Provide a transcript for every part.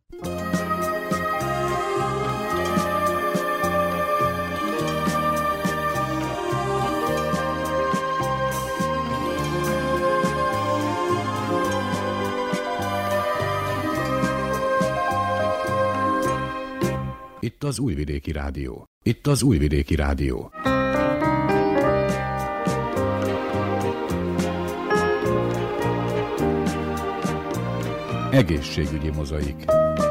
Itt az Újvidéki Rádió. Itt az Újvidéki Rádió. Egészségügyi mozaik.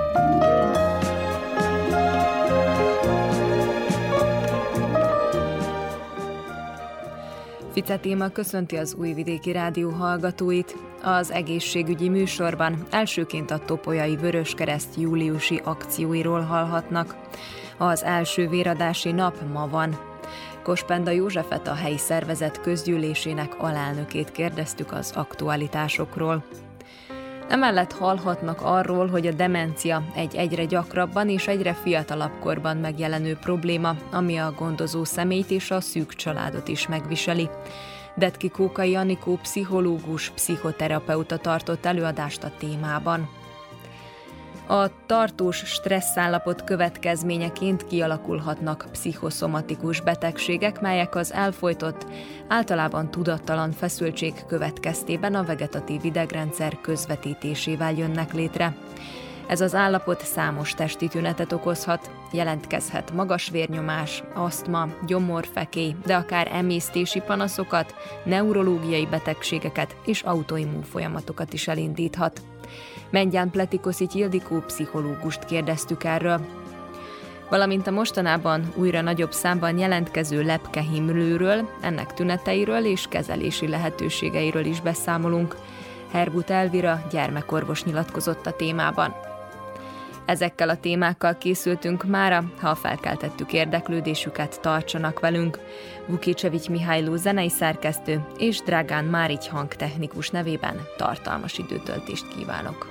Fice Téma köszönti az Újvidéki Rádió hallgatóit. Az egészségügyi műsorban elsőként a Topolyai Vöröskereszt júliusi akcióiról hallhatnak. Az első véradási nap ma van. Kospenda Józsefet, a helyi szervezet közgyűlésének alelnökét kérdeztük az aktualitásokról. Emellett hallhatnak arról, hogy a demencia egy egyre gyakrabban és egyre fiatalabb korban megjelenő probléma, ami a gondozó személyt és a szűk családot is megviseli. Detki Kókai Anikó pszichológus, pszichoterapeuta tartott előadást a témában. A tartós stresszállapot következményeként kialakulhatnak pszichoszomatikus betegségek, melyek az elfojtott, általában tudattalan feszültség következtében a vegetatív idegrendszer közvetítésével jönnek létre. Ez az állapot számos testi tünetet okozhat, jelentkezhet magas vérnyomás, asztma, gyomorfekély, de akár emésztési panaszokat, neurológiai betegségeket és autoimmun folyamatokat is elindíthat. Mengyán Pletikoszit Ildikó pszichológust kérdeztük erről, valamint a mostanában újra nagyobb számban jelentkező lepkehimlőről, ennek tüneteiről és kezelési lehetőségeiről is beszámolunk. Herbut Elvira gyermekorvos nyilatkozott a témában. Ezekkel a témákkal készültünk mára, ha felkeltettük érdeklődésüket, tartsanak velünk. Vukicsevics Mihályló zenei szerkesztő és Dragán Márigy hangtechnikus nevében tartalmas időtöltést kívánok.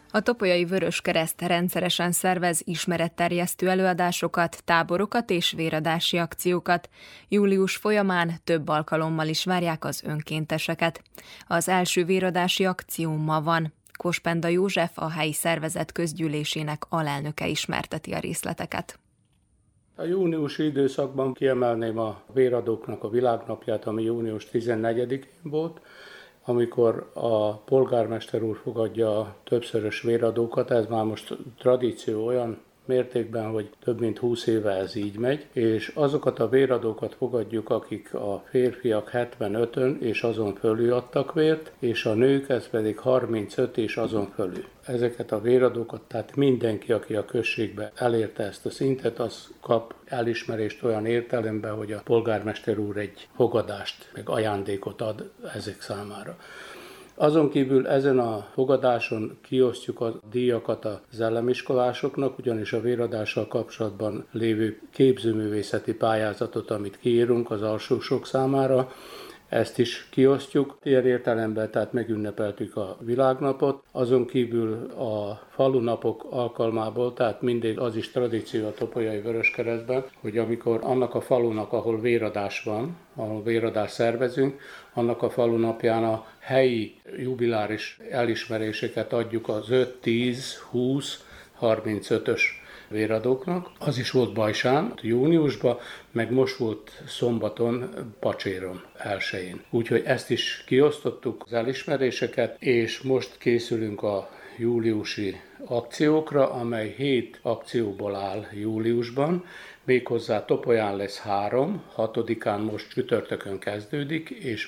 A Topolyai Vöröskereszt rendszeresen szervez ismeretterjesztő előadásokat, táborokat és véradási akciókat. Július folyamán több alkalommal is várják az önkénteseket. Az első véradási akció ma van. Kospenda József, a helyi szervezet közgyűlésének alelnöke ismerteti a részleteket. A júniusi időszakban kiemelném a véradóknak a világnapját, ami június 14-én volt, amikor a polgármester úr fogadja a többszörös véradókat. Ez már most tradíció olyan mértékben, hogy több mint 20 éve ez így megy, és azokat a véradókat fogadjuk, akik a férfiak 75-ön és azon fölül adtak vért, és a nők ez pedig 35 és azon fölül. Ezeket a véradókat, tehát mindenki, aki a községbe elérte ezt a szintet, az kap elismerést olyan értelemben, hogy a polgármester úr egy fogadást, meg ajándékot ad ezek számára. Azon kívül ezen a fogadáson kiosztjuk a díjakat az elemiskolásoknak, ugyanis a véradással kapcsolatban lévő képzőművészeti pályázatot, amit kiírunk az alsósok számára, ezt is kiosztjuk. Ilyen értelemben tehát megünnepeltük a világnapot. Azon kívül a falunapok alkalmából, tehát mindig az is tradíció a Topolyai Vöröskeresztben, hogy amikor annak a falunak, ahol véradás van, ahol véradást szervezünk, annak a falunapján a helyi jubiláris elismeréseket adjuk az 5, 10, 20, 35-ös véradóknak. Az is volt Bajsán, júniusban, meg most volt szombaton Pacséron 1-én. Úgyhogy ezt is kiosztottuk, az elismeréseket, és most készülünk a júliusi akciókra, amely 7 akcióból áll júliusban. Méghozzá Topolyán lesz 3, 6-án most csütörtökön kezdődik, és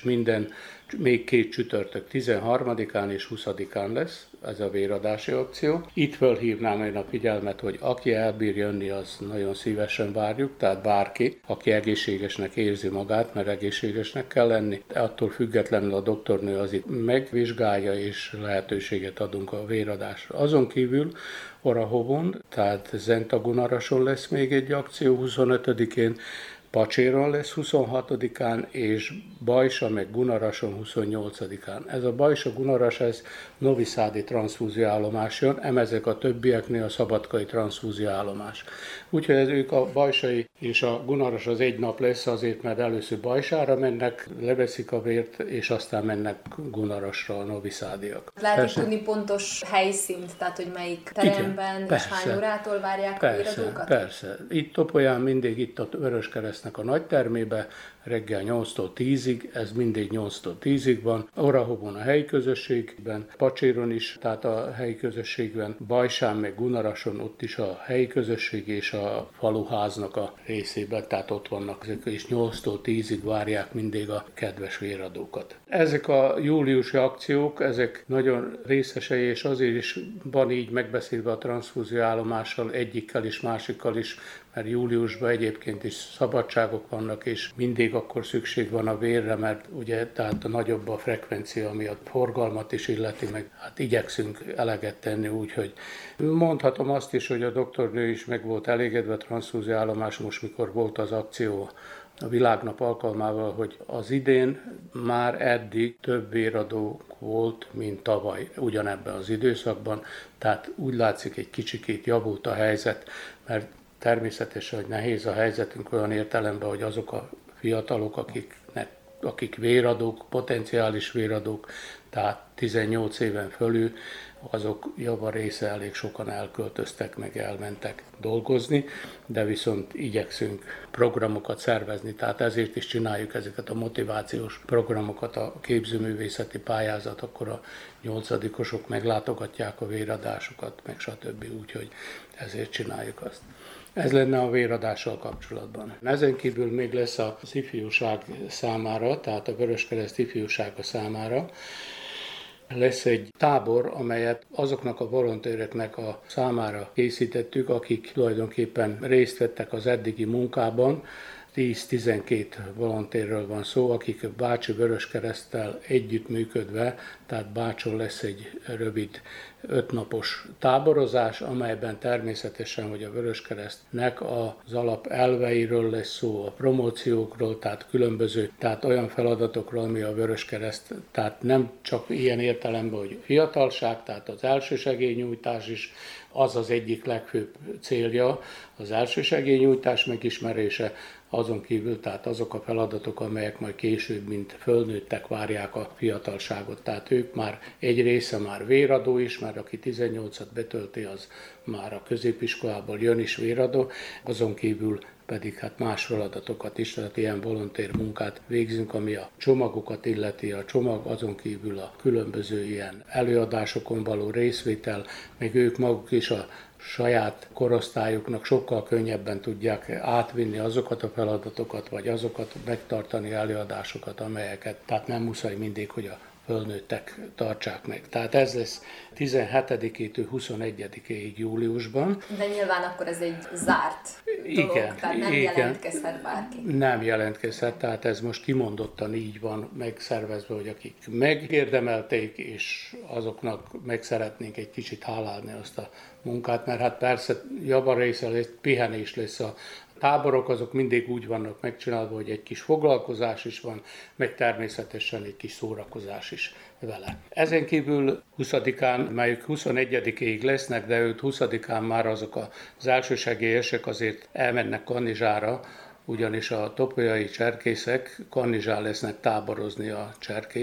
még 2 csütörtök 13-án és 20-án lesz ez a véradási akció. Itt fölhívnám én a figyelmet, hogy aki elbír jönni, az nagyon szívesen várjuk, tehát bárki, aki egészségesnek érzi magát, mert egészségesnek kell lenni. Attól függetlenül a doktornő az itt megvizsgálja, és lehetőséget adunk a véradásra. Azon kívül Orahovon, tehát Zentagunarason lesz még egy akció 25-én, Pacséron lesz 26-án, és Bajsa meg Gunarason 28-án. Ez a Bajsa-Gunaras, ez noviszádi transzfúzióállomás jön, ezek a többieknél a szabadkai transzfúzióállomás. Úgyhogy ők a bajsai és a Gunaras az egy nap lesz azért, mert először Bajsára mennek, leveszik a vért, és aztán mennek Gunarasra a noviszádiak. Lehet tudni pontos helyszínt, tehát hogy melyik teremben és hány órától várják a véradókat? Persze. Itt Topolyán mindig itt a Vöröskeresztnek a nagy termébe, reggel 8-tól 10-ig, ez mindig 8-tól 10-ig van. Orahovon a helyi közösségben, Pacséron is, tehát a helyi közösségben, Bajsán meg Gunarason ott is a helyi közösség és a faluháznak a részében, tehát ott vannak ezek, és 8-tól 10-ig várják mindig a kedves véradókat. Ezek a júliusi akciók, ezek nagyon részesei, és azért is van így megbeszélve a transzfúzióállomással, egyikkel is, másikkal is, mert júliusban egyébként is szabadságok vannak, és mindig akkor szükség van a vérre, mert ugye tehát a nagyobb a frekvencia, ami a forgalmat is illeti, meg hát igyekszünk eleget tenni, úgyhogy mondhatom azt is, hogy a doktornő is meg volt elégedve a transzfúzióállomás, most mikor volt az akció a világnap alkalmával, hogy az idén már eddig több véradó volt, mint tavaly ugyanebben az időszakban, tehát úgy látszik, egy kicsikét javult a helyzet, mert természetesen, hogy nehéz a helyzetünk olyan értelemben, hogy azok a fiatalok, akik véradók, potenciális véradók, tehát 18 éven fölül, azok java része elég sokan elköltöztek, meg elmentek dolgozni, de viszont igyekszünk programokat szervezni, tehát ezért is csináljuk ezeket a motivációs programokat, a képzőművészeti pályázat, akkor a 8-osok meglátogatják a véradásokat, meg stb. Úgyhogy ezért csináljuk azt. Ez lenne a véradással kapcsolatban. Ezen kívül még lesz az ifjúság számára, tehát a Vöröskereszt ifjúsága számára, lesz egy tábor, amelyet azoknak a volontéreknek a számára készítettük, akik tulajdonképpen részt vettek az eddigi munkában, 10-12 volontérről van szó, akik Bácsi Vöröskereszttel együttműködve, tehát Bácson lesz egy rövid 5 napos táborozás, amelyben természetesen, hogy a Vöröskeresztnek az alap elveiről lesz szó, a promóciókról, tehát különböző, tehát olyan feladatokról, ami a Vöröskereszt, tehát nem csak ilyen értelemben, hogy fiatalság, tehát az elsősegélynyújtás is, az az egyik legfőbb célja, az elsősegélynyújtás megismerése, azon kívül tehát azok a feladatok, amelyek majd később, mint fölnőttek, várják a fiatalságot. Tehát ők már egy része már véradó is, mert aki 18-at betölti, az már a középiskolából jön is véradó, azon kívül pedig hát más feladatokat is, tehát ilyen volontér munkát végzünk, ami a csomagokat illeti, a csomag, azon kívül a különböző ilyen előadásokon való részvétel, még ők maguk is a saját korosztályuknak sokkal könnyebben tudják átvinni azokat a feladatokat, vagy azokat megtartani előadásokat, amelyeket, tehát nem muszáj mindig, hogy a fölnőttek tartsák meg. Tehát ez lesz 17-től 21-ig júliusban. De nyilván akkor ez egy zárt dolog, tehát nem jelentkezhet bárki. Nem jelentkezhet, tehát ez most kimondottan így van megszervezve, hogy akik megérdemelték, és azoknak meg szeretnénk egy kicsit hálálni azt a munkát, mert hát persze javarésze lesz, pihenés lesz a táborok, azok mindig úgy vannak megcsinálva, hogy egy kis foglalkozás is van, meg természetesen egy kis szórakozás is vele. Ezen kívül 20-án, melyik 21-ig lesznek, de őt 20-án már azok az elsősegélyesek azért elmennek Kanizsára, ugyanis a topolyai cserkészek Kanizsán lesznek táborozni, a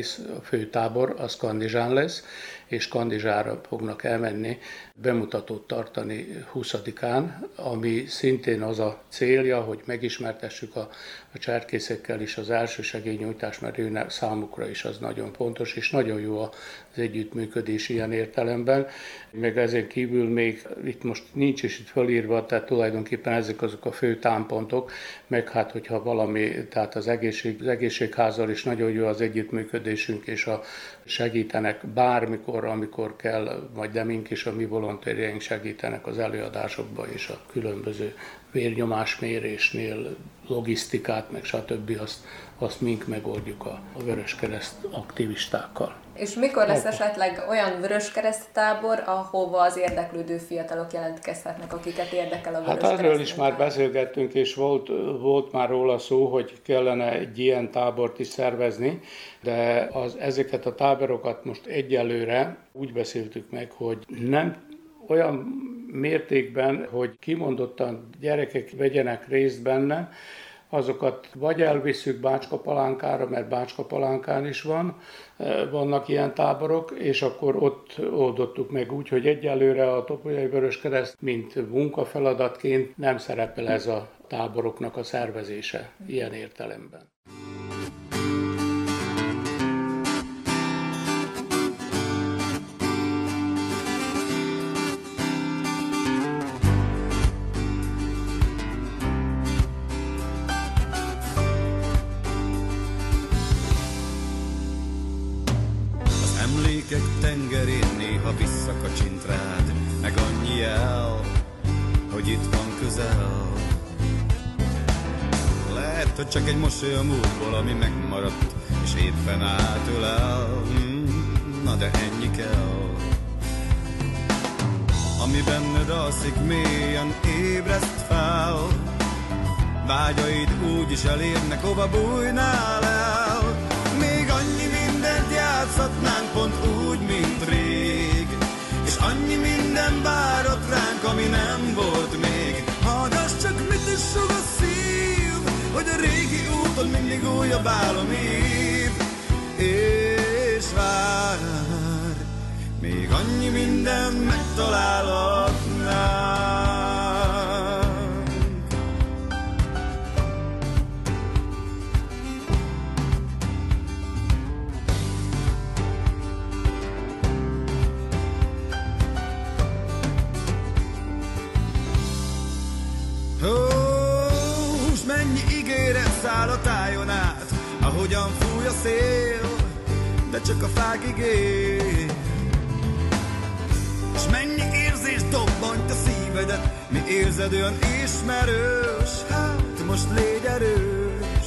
főtábor az Kanizsán lesz, és Kanizsára fognak elmenni, bemutatót tartani 20-án, ami szintén az a célja, hogy megismertessük a cserkészekkel is az elsősegélynyújtás, mert ő számukra is az nagyon fontos, és nagyon jó az együttműködés ilyen értelemben. Meg ezen kívül még itt most nincs is itt fölírva, tehát tulajdonképpen ezek azok a fő támpontok, meg hát hogyha valami, tehát az egészségházzal is nagyon jó az együttműködésünk, és segítenek bármikor, amikor kell, vagy de mink is, a mi volontérjeink segítenek az előadásokban és a különböző vérnyomásmérésnél, logisztikát, meg stb. Azt mink megoldjuk a Vöröskereszt aktivistákkal. És mikor lesz esetleg olyan Vöröskereszt tábor, ahova az érdeklődő fiatalok jelentkezhetnek, akiket érdekel a Vöröskereszt? Hát erről is már beszélgettünk, és volt már róla szó, hogy kellene egy ilyen tábort is szervezni, de ezeket a táborokat most egyelőre úgy beszéltük meg, hogy nem olyan mértékben, hogy kimondottan gyerekek vegyenek részt benne, azokat vagy elviszük Bácska-Palánkára, mert Bácska-Palánkán is vannak ilyen táborok, és akkor ott oldottuk meg úgy, hogy egyelőre a Topolyai Vöröskereszt, mint munkafeladatként nem szerepel ez a táboroknak a szervezése ilyen értelemben. Tengerén néha visszakacsint rád, meg annyi jel, hogy itt van közel. Lehet, hogy csak egy mosoly a múltból, ami megmaradt, és éppen átölel. Na de ennyi kell. Ami benned alszik, mélyen ébreszt fel. Vágyaid úgy is elérnek, hova bújnál el. Még annyi mindent játszhatnánk pont úgy, mint rég, és annyi minden várott ránk, ami nem volt még. Hallgass csak, mit is sug a szív, hogy a régi úton mindig újabb álom ív. És vár, még annyi minden megtalálhatnánk. S mennyi ígéret száll a tájon át, ahogyan fúj a szél, de csak a fák ígér. S mennyi érzés dobbantja szívedet, mi érzed olyan ismerős, hát most légy erős.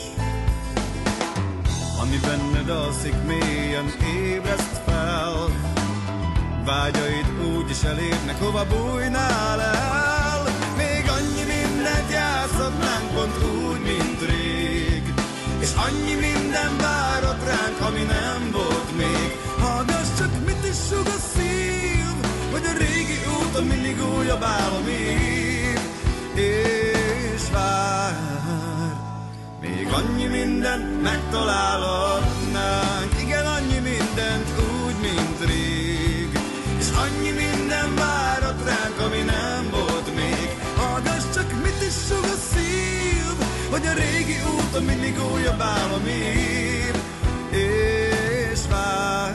Ami benned alszik mélyen, ébreszt fel. Vágyaid úgy is elérnek, hova bújnál el. Még annyi mindent játszhatnánk pont úgy, mint rég. És annyi minden várott ránk, ami nem volt még. Hallgass csak, mit is sug a szív, hogy a régi úton mindig újabb álom ír. És vár, még annyi mindent megtalálhatnánk. Igen, annyi mindent úgy, mint rég. És annyi minden várott ránk, ami nem volt még. Hallgass csak, mit is sug a szív, hogy a régi úton mindig újabb álom ír. És vár,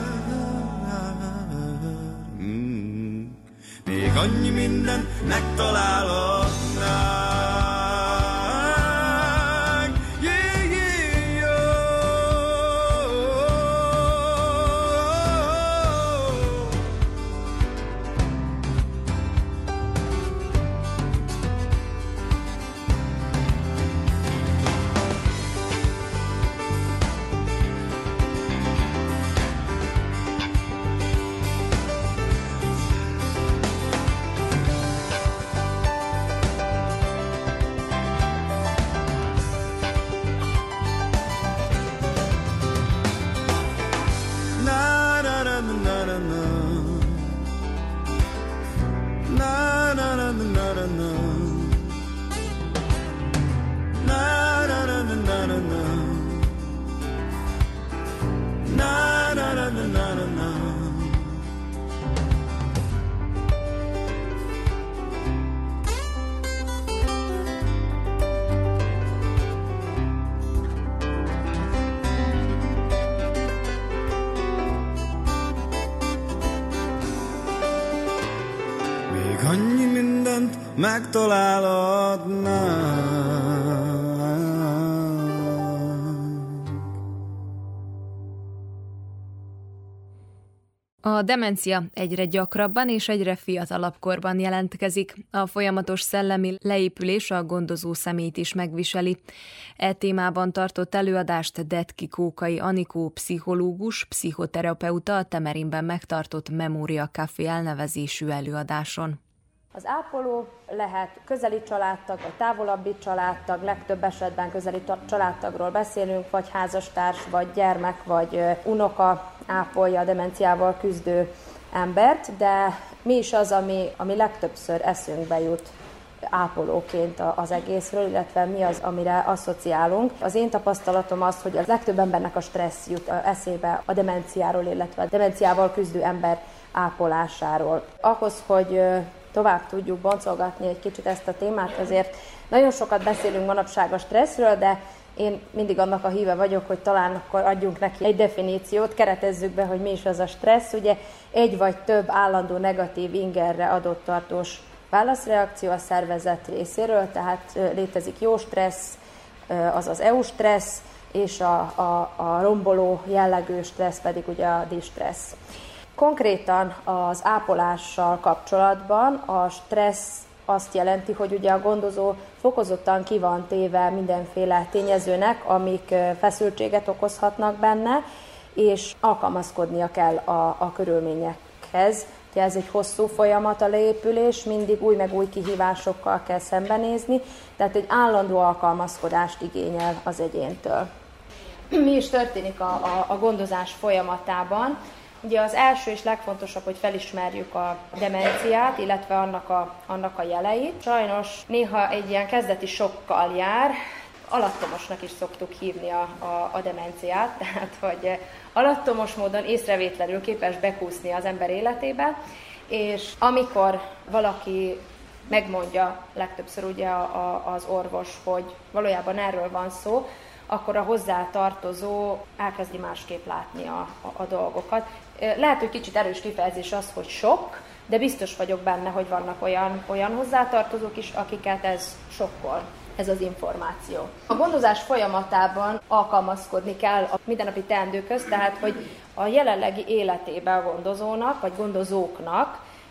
még annyi mindent megtalálhatnánk. Annyi mindent megtalálhatnánk. A demencia egyre gyakrabban és egyre fiatalabb korban jelentkezik. A folyamatos szellemi leépülés a gondozó személyt is megviseli. E témában tartott előadást Detki Kókai Anikó pszichológus, pszichoterapeuta a Temerinben megtartott Memória Café elnevezésű előadáson. Az ápoló lehet közeli családtag, vagy távolabbi családtag, legtöbb esetben közeli családtagról beszélünk, vagy házastárs, vagy gyermek, vagy unoka ápolja a demenciával küzdő embert, de mi is az, ami legtöbbször eszünkbe jut ápolóként az egészről, illetve mi az, amire asszociálunk. Az én tapasztalatom az, hogy a legtöbb embernek a stressz jut eszébe a demenciáról, illetve a demenciával küzdő ember ápolásáról. Ahhoz, hogy tovább tudjuk boncolgatni egy kicsit ezt a témát, azért nagyon sokat beszélünk manapság a stresszről, de én mindig annak a híve vagyok, hogy talán akkor adjunk neki egy definíciót, keretezzük be, hogy mi is az a stressz. Ugye egy vagy több állandó negatív ingerre adott tartós válaszreakció a szervezet részéről, tehát létezik jó stressz, azaz eustressz, és a romboló jellegű stressz pedig ugye a distressz. Konkrétan az ápolással kapcsolatban a stressz azt jelenti, hogy ugye a gondozó fokozottan ki van téve mindenféle tényezőnek, amik feszültséget okozhatnak benne, és alkalmazkodnia kell a körülményekhez. Ugye ez egy hosszú folyamat a leépülés, mindig új meg új kihívásokkal kell szembenézni, tehát egy állandó alkalmazkodást igényel az egyéntől. Mi is történik a gondozás folyamatában? Ugye az első és legfontosabb, hogy felismerjük a demenciát, illetve annak a jeleit. Sajnos néha egy ilyen kezdeti sokkal jár, alattomosnak is szoktuk hívni a demenciát, tehát hogy alattomos módon észrevétlenül képes bekúszni az ember életébe, és amikor valaki megmondja, legtöbbször ugye az orvos, hogy valójában erről van szó, akkor a hozzátartozó elkezdi másképp látni a dolgokat. Lehet, hogy kicsit erős kifejezés az, hogy sok, de biztos vagyok benne, hogy vannak olyan hozzátartozók is, akiket ez sokkol, ez az információ. A gondozás folyamatában alkalmazkodni kell a mindennapi teendőkhöz, tehát hogy a jelenlegi életében a gondozónak, vagy gondozóknak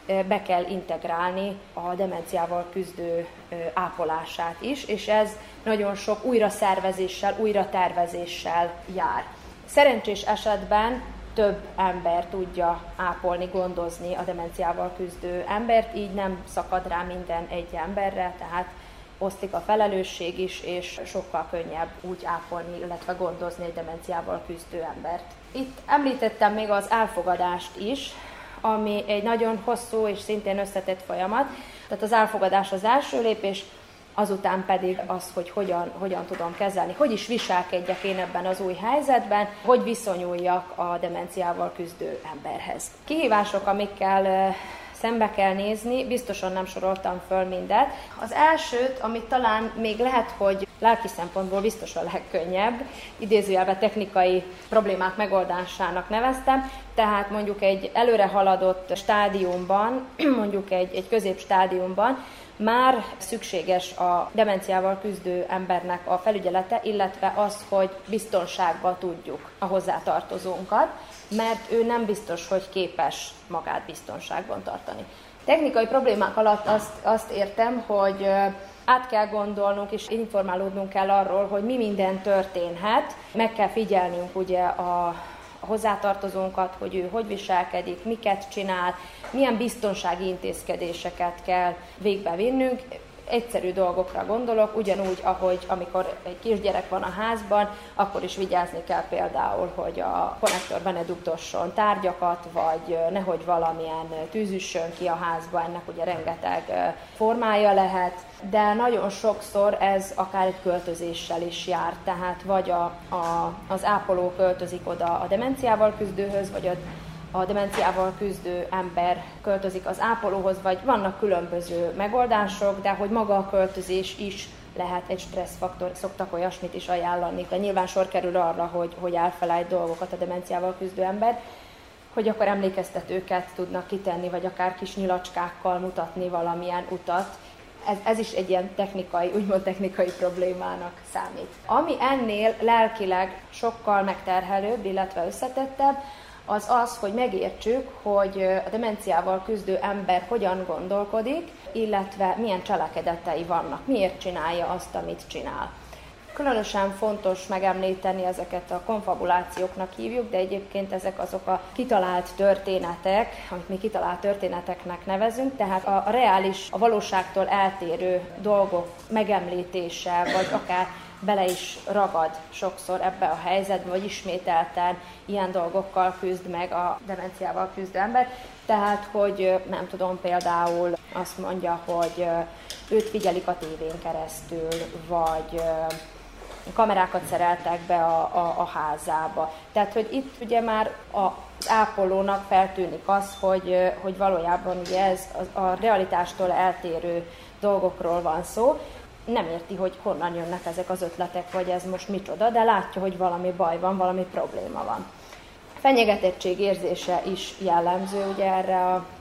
be kell integrálni a demenciával küzdő ápolását is, és ez nagyon sok újraszervezéssel, újratervezéssel jár. Szerencsés esetben több ember tudja ápolni, gondozni a demenciával küzdő embert, így nem szakad rá minden egy emberre, tehát osztik a felelősség is, és sokkal könnyebb úgy ápolni, illetve gondozni egy demenciával küzdő embert. Itt említettem még az elfogadást is, ami egy nagyon hosszú és szintén összetett folyamat. Tehát az elfogadás az első lépés, azután pedig az, hogy hogyan tudom kezelni, hogy is viselkedjek én ebben az új helyzetben, hogy viszonyuljak a demenciával küzdő emberhez. Kihívások, amikkel szembe kell nézni, biztosan nem soroltam föl mindet. Az elsőt, amit talán még lehet, hogy lelki szempontból biztos a legkönnyebb, idézőjelben technikai problémák megoldásának neveztem, tehát mondjuk egy előre haladott stádiumban, mondjuk egy középstádiumban már szükséges a demenciával küzdő embernek a felügyelete, illetve az, hogy biztonságba tudjuk a hozzátartozónkat, mert ő nem biztos, hogy képes magát biztonságban tartani. Technikai problémák alatt azt értem, hogy át kell gondolnunk és informálódnunk kell arról, hogy mi minden történhet. Meg kell figyelnünk ugye a hozzátartozónkat, hogy ő hogy viselkedik, miket csinál, milyen biztonsági intézkedéseket kell végbevinnünk. Egyszerű dolgokra gondolok, ugyanúgy, ahogy amikor egy kisgyerek van a házban, akkor is vigyázni kell például, hogy a konnektorban ne dugdosson tárgyakat, vagy nehogy valamilyen tűz üssön ki a házba, ennek ugye rengeteg formája lehet, de nagyon sokszor ez akár egy költözéssel is jár, tehát vagy az ápoló költözik oda a demenciával küzdőhöz, vagy a demenciával küzdő ember költözik az ápolóhoz, vagy vannak különböző megoldások, de hogy maga a költözés is lehet egy stresszfaktor, szoktak olyasmit is ajánlani, de nyilván sor kerül arra, hogy elfelejt dolgokat a demenciával küzdő ember, hogy akkor emlékeztetőket tudnak kitenni, vagy akár kis nyilacskákkal mutatni valamilyen utat. Ez is egy ilyen úgymond technikai problémának számít. Ami ennél lelkileg sokkal megterhelőbb, illetve összetettebb, az, hogy megértsük, hogy a demenciával küzdő ember hogyan gondolkodik, illetve milyen cselekedetei vannak, miért csinálja azt, amit csinál. Különösen fontos megemlíteni ezeket a konfabulációknak hívjuk, de egyébként ezek azok a kitalált történetek, amit mi kitalált történeteknek nevezünk, tehát a reális, a valóságtól eltérő dolgok megemlítése, vagy akár bele is ragad sokszor ebbe a helyzetbe, vagy ismételten ilyen dolgokkal küzd meg a demenciával küzdő ember. Tehát, hogy nem tudom, például azt mondja, hogy őt figyelik a tévén keresztül, vagy kamerákat szereltek be a házába. Tehát, hogy itt ugye már az ápolónak feltűnik az, hogy valójában ugye ez a realitástól eltérő dolgokról van szó. Nem érti, hogy honnan jönnek ezek az ötletek, vagy ez most micsoda, de látja, hogy valami baj van, valami probléma van. Fenyegetettség érzése is jellemző ugye erre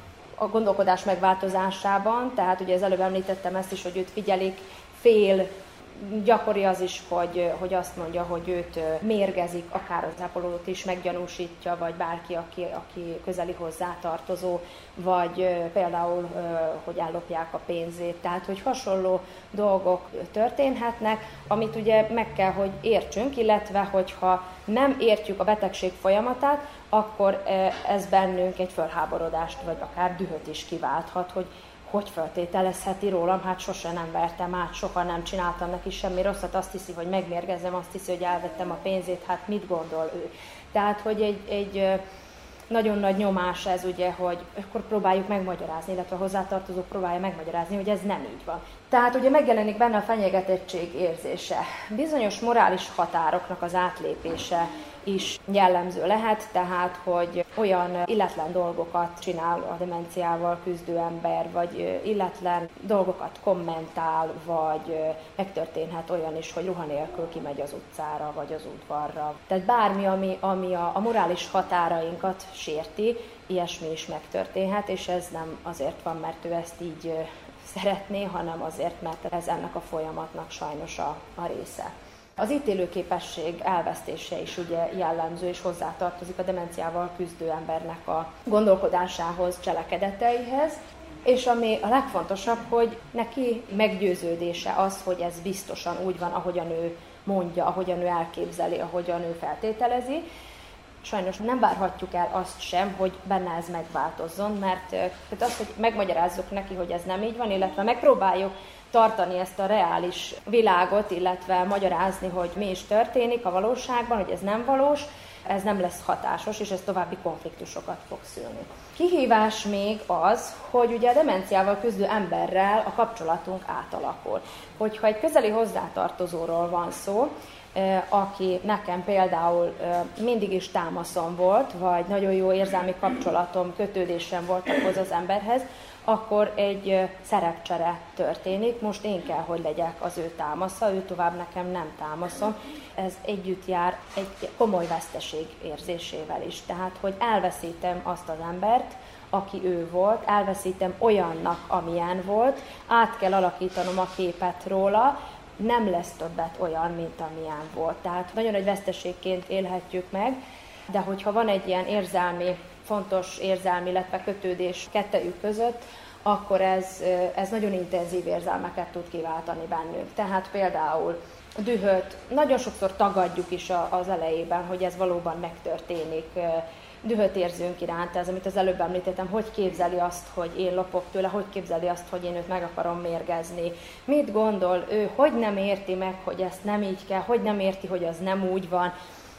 a gondolkodás megváltozásában, tehát ugye az előbb említettem ezt is, hogy őt figyelik, fél, gyakori az is, hogy azt mondja, hogy őt mérgezik, akár az ápolót is meggyanúsítja, vagy bárki, aki közeli hozzátartozó, vagy például, hogy ellopják a pénzét. Tehát, hogy hasonló dolgok történhetnek, amit ugye meg kell, hogy értsünk, illetve hogyha nem értjük a betegség folyamatát, akkor ez bennünk egy fölháborodást, vagy akár dühöt is kiválthat, hogy feltételezheti rólam, hát sose nem vertem át, soha nem csináltam neki semmi rosszat, azt hiszi, hogy megmérgezem, azt hiszi, hogy elvettem a pénzét, hát mit gondol ő. Tehát, hogy egy nagyon nagy nyomás ez ugye, hogy akkor próbáljuk megmagyarázni, illetve a hozzátartozó próbálja megmagyarázni, hogy ez nem így van. Tehát ugye megjelenik benne a fenyegetettség érzése. Bizonyos morális határoknak az átlépése is jellemző lehet, tehát hogy olyan illetlen dolgokat csinál a demenciával küzdő ember, vagy illetlen dolgokat kommentál, vagy megtörténhet olyan is, hogy ruha nélkül kimegy az utcára, vagy az udvarra. Tehát bármi, ami a morális határainkat sérti, ilyesmi is megtörténhet, és ez nem azért van, mert ő ezt így szeretné, hanem azért, mert ez ennek a folyamatnak sajnos a része. Az ítélőképesség elvesztése is ugye jellemző, és hozzátartozik a demenciával küzdő embernek a gondolkodásához, cselekedeteihez. És ami a legfontosabb, hogy neki meggyőződése az, hogy ez biztosan úgy van, ahogyan ő mondja, ahogyan ő elképzeli, ahogyan ő feltételezi. Sajnos nem várhatjuk el azt sem, hogy benne ez megváltozzon, mert az, hogy megmagyarázzuk neki, hogy ez nem így van, illetve megpróbáljuk tartani ezt a reális világot, illetve magyarázni, hogy mi is történik a valóságban, hogy ez nem valós, ez nem lesz hatásos, és ez további konfliktusokat fog szülni. Kihívás még az, hogy ugye a demenciával küzdő emberrel a kapcsolatunk átalakul. Hogyha egy közeli hozzátartozóról van szó, aki nekem például mindig is támaszom volt, vagy nagyon jó érzelmi kapcsolatom, kötődésem volt ahhoz az emberhez, akkor egy szerepcsere történik. Most én kell, hogy legyek az ő támasza, ő tovább nekem nem támaszom. Ez együtt jár egy komoly veszteség érzésével is. Tehát, hogy elveszítem azt az embert, aki ő volt, elveszítem olyannak, amilyen volt, át kell alakítanom a képet róla, nem lesz többet olyan, mint amilyen volt. Tehát nagyon egy veszteségként élhetjük meg, de hogyha van egy ilyen fontos érzelmi, illetve kötődés kettejük között, akkor ez nagyon intenzív érzelmeket tud kiváltani bennünk. Tehát például a dühöt nagyon sokszor tagadjuk is az elejében, hogy ez valóban megtörténik. Dühöt érzünk iránt, ez amit az előbb említettem, hogy képzeli azt, hogy én lopok tőle, hogy képzeli azt, hogy én őt meg akarom mérgezni. Mit gondol ő, hogy nem érti meg, hogy ezt nem így kell, hogy nem érti, hogy az nem úgy van.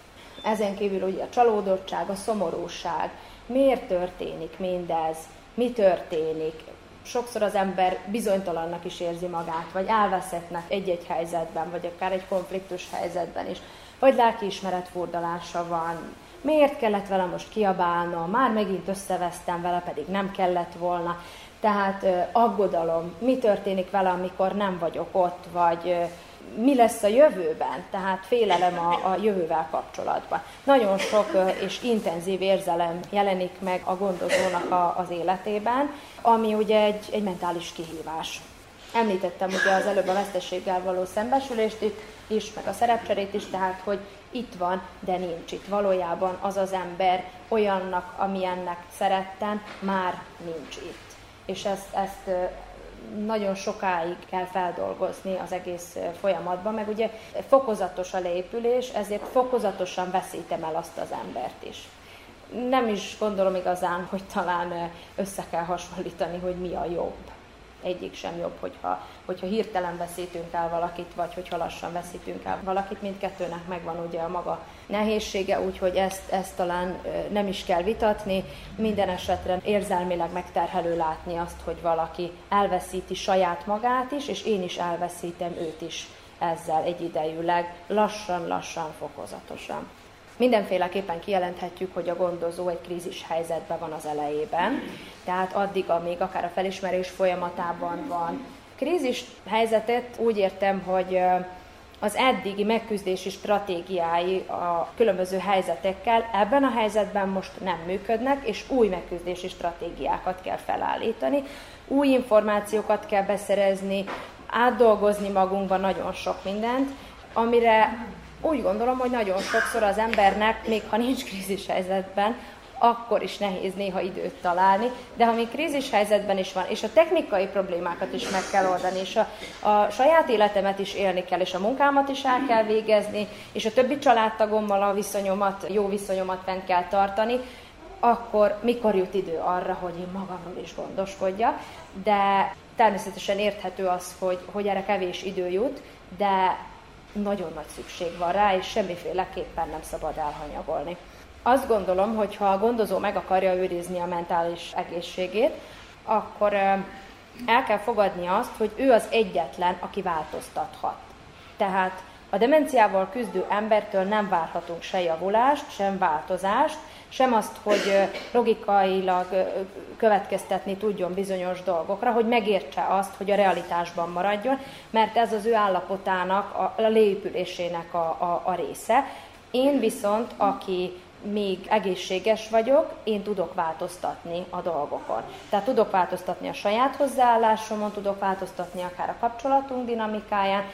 Ezen kívül ugye a csalódottság, a szomorúság. Miért történik mindez? Mi történik? Sokszor az ember bizonytalannak is érzi magát, vagy elveszettnek egy-egy helyzetben, vagy akár egy konfliktus helyzetben is. Vagy lelkiismeret furdalása van. Miért kellett vele most kiabálnom? Már megint összevesztem vele, pedig nem kellett volna. Tehát aggodalom, mi történik vele, amikor nem vagyok ott, vagy mi lesz a jövőben, tehát félelem a jövővel kapcsolatban. Nagyon sok és intenzív érzelem jelenik meg a gondozónak az életében, ami ugye egy mentális kihívás. Említettem ugye az előbb a veszteséggel való szembesülést is, meg a szerepcserét is, tehát hogy itt van, de nincs itt. Valójában az az ember olyannak, amilyennek szerettem, már nincs itt. És ezt nagyon sokáig kell feldolgozni az egész folyamatban, meg ugye fokozatos a leépülés, ezért fokozatosan veszítem el azt az embert is. Nem is gondolom igazán, hogy talán össze kell hasonlítani, hogy mi a jobb. Egyik sem jobb, hogyha hirtelen veszítünk el valakit, vagy hogyha lassan veszítünk el valakit, mindkettőnek megvan ugye a maga nehézsége, úgyhogy ezt talán nem is kell vitatni. Minden esetre érzelmileg megterhelő látni azt, hogy valaki elveszíti saját magát is, és én is elveszítem őt is ezzel egyidejűleg, lassan, fokozatosan. Mindenféleképpen kijelenthetjük, hogy a gondozó egy krízis helyzetben van az elejében, tehát addig, amíg akár a felismerés folyamatában van. Krízis helyzetet úgy értem, hogy az eddigi megküzdési stratégiái a különböző helyzetekkel ebben a helyzetben most nem működnek, és új megküzdési stratégiákat kell felállítani, új információkat kell beszerezni, átdolgozni magunkban nagyon sok mindent, amire úgy gondolom, hogy nagyon sokszor az embernek, még ha nincs krízis helyzetben, akkor is nehéz néha időt találni, de ha még krízis helyzetben is van, és a technikai problémákat is meg kell oldani, és a saját életemet is élni kell, és a munkámat is el kell végezni, és a többi családtagommal a jó viszonyomat fent kell tartani, akkor mikor jut idő arra, hogy én magamról is gondoskodjak, de természetesen érthető az, hogy erre kevés idő jut, de nagyon nagy szükség van rá, és semmiféleképpen nem szabad elhanyagolni. Azt gondolom, hogy ha a gondozó meg akarja őrizni a mentális egészségét, akkor el kell fogadni azt, hogy ő az egyetlen, aki változtathat. Tehát a demenciával küzdő embertől nem várhatunk se javulást, sem változást, sem azt, hogy logikailag következtetni tudjon bizonyos dolgokra, hogy megértse azt, hogy a realitásban maradjon, mert ez az ő állapotának, a leépülésének a része. Én viszont, aki még egészséges vagyok, én tudok változtatni a dolgokon. Tehát tudok változtatni a saját hozzáállásomon, tudok változtatni akár a kapcsolatunk dinamikáján,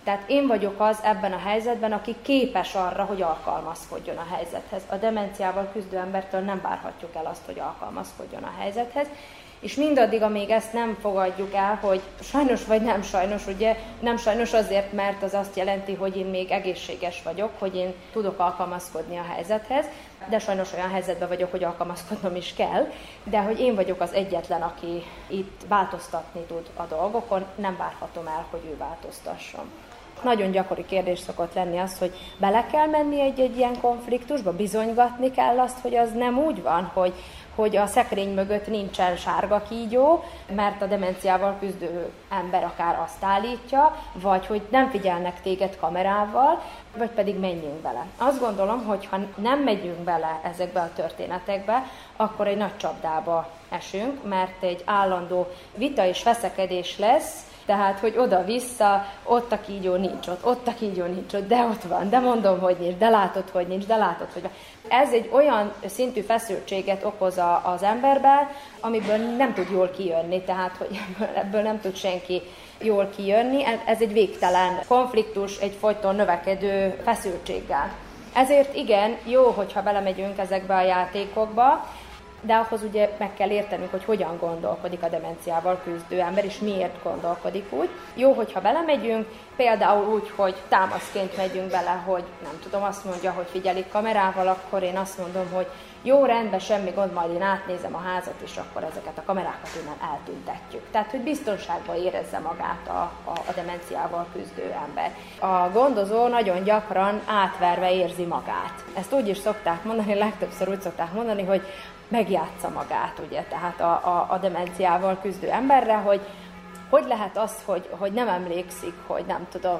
Tehát én vagyok az ebben a helyzetben, aki képes arra, hogy alkalmazkodjon a helyzethez. A demenciával küzdő embertől nem várhatjuk el azt, hogy alkalmazkodjon a helyzethez. És mindaddig, amíg ezt nem fogadjuk el, hogy sajnos vagy nem sajnos, ugye nem sajnos azért, mert az azt jelenti, hogy én még egészséges vagyok, hogy én tudok alkalmazkodni a helyzethez, de sajnos olyan helyzetben vagyok, hogy alkalmazkodnom is kell, de hogy én vagyok az egyetlen, aki itt változtatni tud a dolgokon, nem várhatom el, hogy ő változtasson. Nagyon gyakori kérdés szokott lenni az, hogy bele kell menni egy ilyen konfliktusba, bizonygatni kell azt, hogy az nem úgy van, hogy a szekrény mögött nincsen sárga kígyó, mert a demenciával küzdő ember akár azt állítja, vagy hogy nem figyelnek téged kamerával, vagy pedig menjünk bele. Azt gondolom, hogy ha nem megyünk bele ezekbe a történetekbe, akkor egy nagy csapdába esünk, mert egy állandó vita és veszekedés lesz, tehát, hogy oda-vissza, ott a kígyó nincs ott a kígyó nincs ott, de ott van, de mondom, hogy nincs, de látod, hogy nincs, de látod, hogy van. Ez egy olyan szintű feszültséget okoz az emberben, amiből nem tud jól kijönni, tehát, hogy ebből nem tud senki jól kijönni. Ez egy végtelen konfliktus, egy folyton növekedő feszültséggel. Ezért igen, jó, hogyha belemegyünk ezekbe a játékokba, de ahhoz ugye meg kell értenünk, hogy hogyan gondolkodik a demenciával küzdő ember, és miért gondolkodik úgy. Jó, hogyha belemegyünk, például úgy, hogy támaszként megyünk bele, hogy nem tudom, azt mondja, hogy figyelik kamerával, akkor én azt mondom, hogy jó, rendben, semmi gond, majd én átnézem a házat, és akkor ezeket a kamerákat innen eltüntetjük. Tehát, hogy biztonságban érezze magát a demenciával küzdő ember. A gondozó nagyon gyakran átverve érzi magát. Ezt úgy is szokták mondani, legtöbbször úgy szokták mondani, hogy megjátsza magát, ugye, tehát a demenciával küzdő emberre, hogy lehet az, hogy nem emlékszik, hogy nem tudom,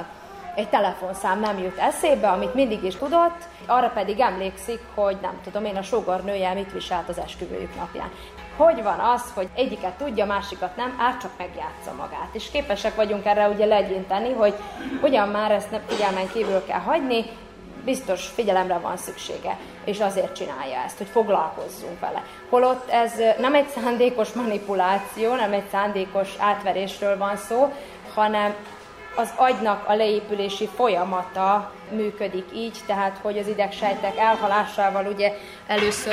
egy telefonszám nem jut eszébe, amit mindig is tudott, arra pedig emlékszik, hogy nem tudom én, a sógornője mit viselt az esküvőjük napján. Hogy van az, hogy egyiket tudja, másikat nem, csak megjátsza magát. És képesek vagyunk erre ugye legyinteni, hogy ugyan már ezt nem figyelmen kívül kell hagyni, biztos figyelemre van szüksége, és azért csinálja ezt, hogy foglalkozzunk vele. Holott ez nem egy szándékos manipuláció, nem egy szándékos átverésről van szó, hanem az agynak a leépülési folyamata működik így, tehát hogy az idegsejtek elhalásával ugye először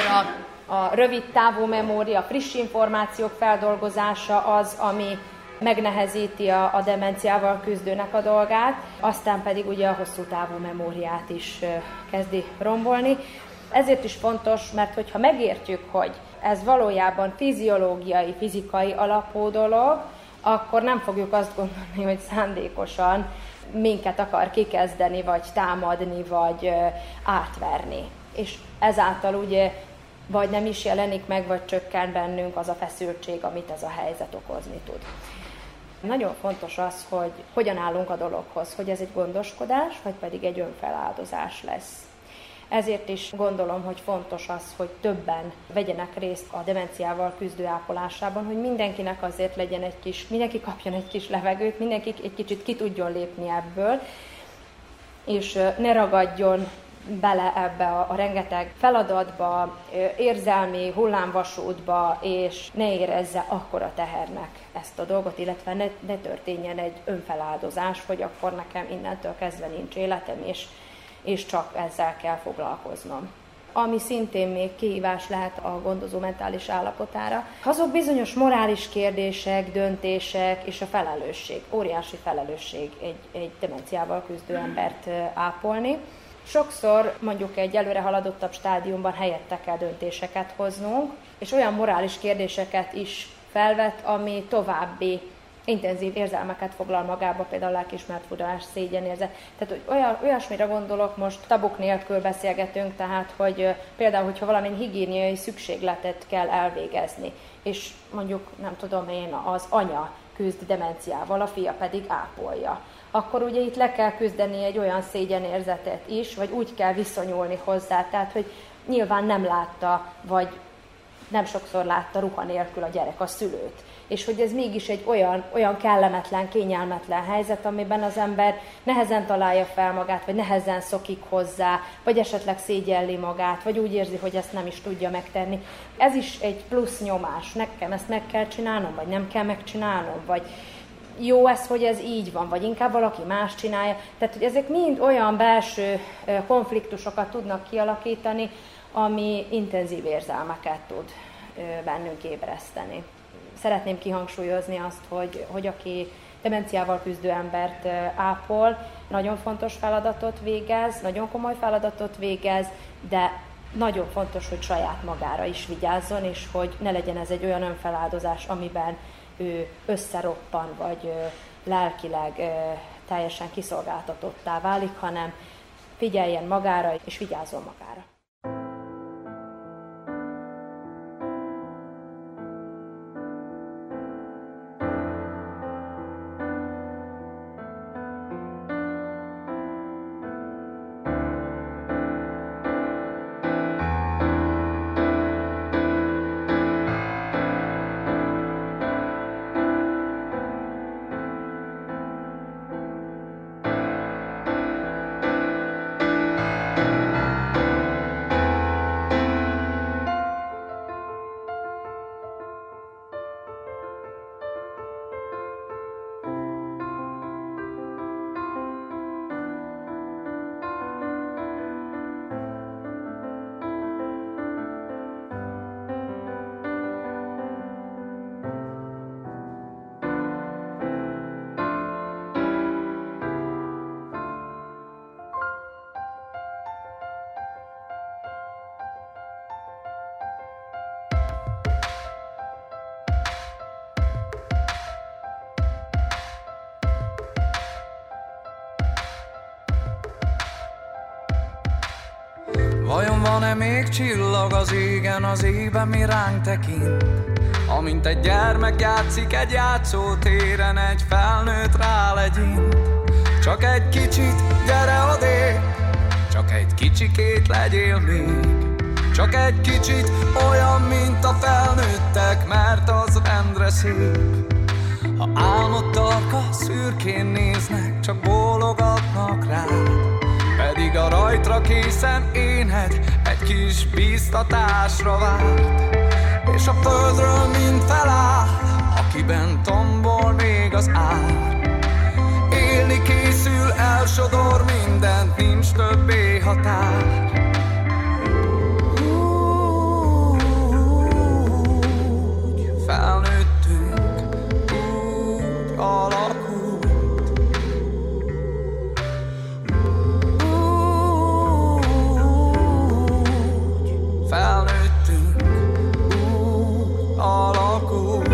a rövid távú memória, friss információk feldolgozása az, ami megnehezíti a demenciával küzdőnek a dolgát, aztán pedig ugye a hosszú távú memóriát is kezdi rombolni. Ezért is fontos, mert hogyha megértjük, hogy ez valójában fiziológiai, fizikai alapú dolog, akkor nem fogjuk azt gondolni, hogy szándékosan minket akar kikezdeni, vagy támadni, vagy átverni. És ezáltal ugye vagy nem is jelenik meg, vagy csökken bennünk az a feszültség, amit ez a helyzet okozni tud. Nagyon fontos az, hogy hogyan állunk a dologhoz, hogy ez egy gondoskodás, vagy pedig egy önfeláldozás lesz. Ezért is gondolom, hogy fontos az, hogy többen vegyenek részt a demenciával küzdő ápolásában, hogy mindenkinek azért legyen mindenki kapjon egy kis levegőt, mindenki egy kicsit ki tudjon lépni ebből, és ne ragadjon bele ebbe a rengeteg feladatba, érzelmi hullámvasútba, és ne érezze akkora tehernek ezt a dolgot, illetve ne történjen egy önfeláldozás, hogy akkor nekem innentől kezdve nincs életem, és csak ezzel kell foglalkoznom. Ami szintén még kihívás lehet a gondozó mentális állapotára, azok bizonyos morális kérdések, döntések és a felelősség. Óriási felelősség egy demenciával küzdő embert ápolni. Sokszor mondjuk egy előre haladottabb stádiumban helyette kell döntéseket hoznunk, és olyan morális kérdéseket is felvet, ami további intenzív érzelmeket foglal magába, például lelkiismeretfurdalás, szégyenérzet. Tehát olyasmire gondolok, most tabuk nélkül beszélgetünk, tehát hogy például, hogyha valamilyen higiéniai szükségletet kell elvégezni, és mondjuk, nem tudom én, az anya küzd demenciával, a fia pedig ápolja, akkor ugye itt le kell küzdeni egy olyan szégyenérzetet is, vagy úgy kell viszonyulni hozzá, tehát hogy nyilván nem látta, vagy nem sokszor látta ruha nélkül a gyerek a szülőt. És hogy ez mégis egy olyan kellemetlen, kényelmetlen helyzet, amiben az ember nehezen találja fel magát, vagy nehezen szokik hozzá, vagy esetleg szégyelli magát, vagy úgy érzi, hogy ezt nem is tudja megtenni. Ez is egy plusz nyomás. Nekem ezt meg kell csinálnom, vagy nem kell megcsinálnom, vagy jó ez, hogy ez így van, vagy inkább valaki más csinálja. Tehát, hogy ezek mind olyan belső konfliktusokat tudnak kialakítani, ami intenzív érzelmeket tud bennünk ébreszteni. Szeretném kihangsúlyozni azt, hogy aki demenciával küzdő embert ápol, nagyon fontos feladatot végez, nagyon komoly feladatot végez, de nagyon fontos, hogy saját magára is vigyázzon, és hogy ne legyen ez egy olyan önfeláldozás, amiben ő összeroppan, vagy lelkileg teljesen kiszolgáltatottá válik, hanem figyeljen magára, és vigyázzon magára. Vajon van-e még csillag az égen, az égben mi ránk tekint? Amint egy gyermek játszik egy játszótéren, egy felnőtt rálegyint. Csak egy kicsit, gyere odébb, csak egy kicsikét legyél még. Csak egy kicsit olyan, mint a felnőttek, mert az rendre szép. Ha álmod tarka, szürkén néznek, csak bólogatnak rád. Pedig a rajtra készen éned egy kis bíztatásra várt. És a földről mind feláll, akiben tombol még az ár. Élni készül, elsodor mindent, nincs többé határ. Úgy felnőttünk, úgy alakult. Felnőttünk, úgy alakult.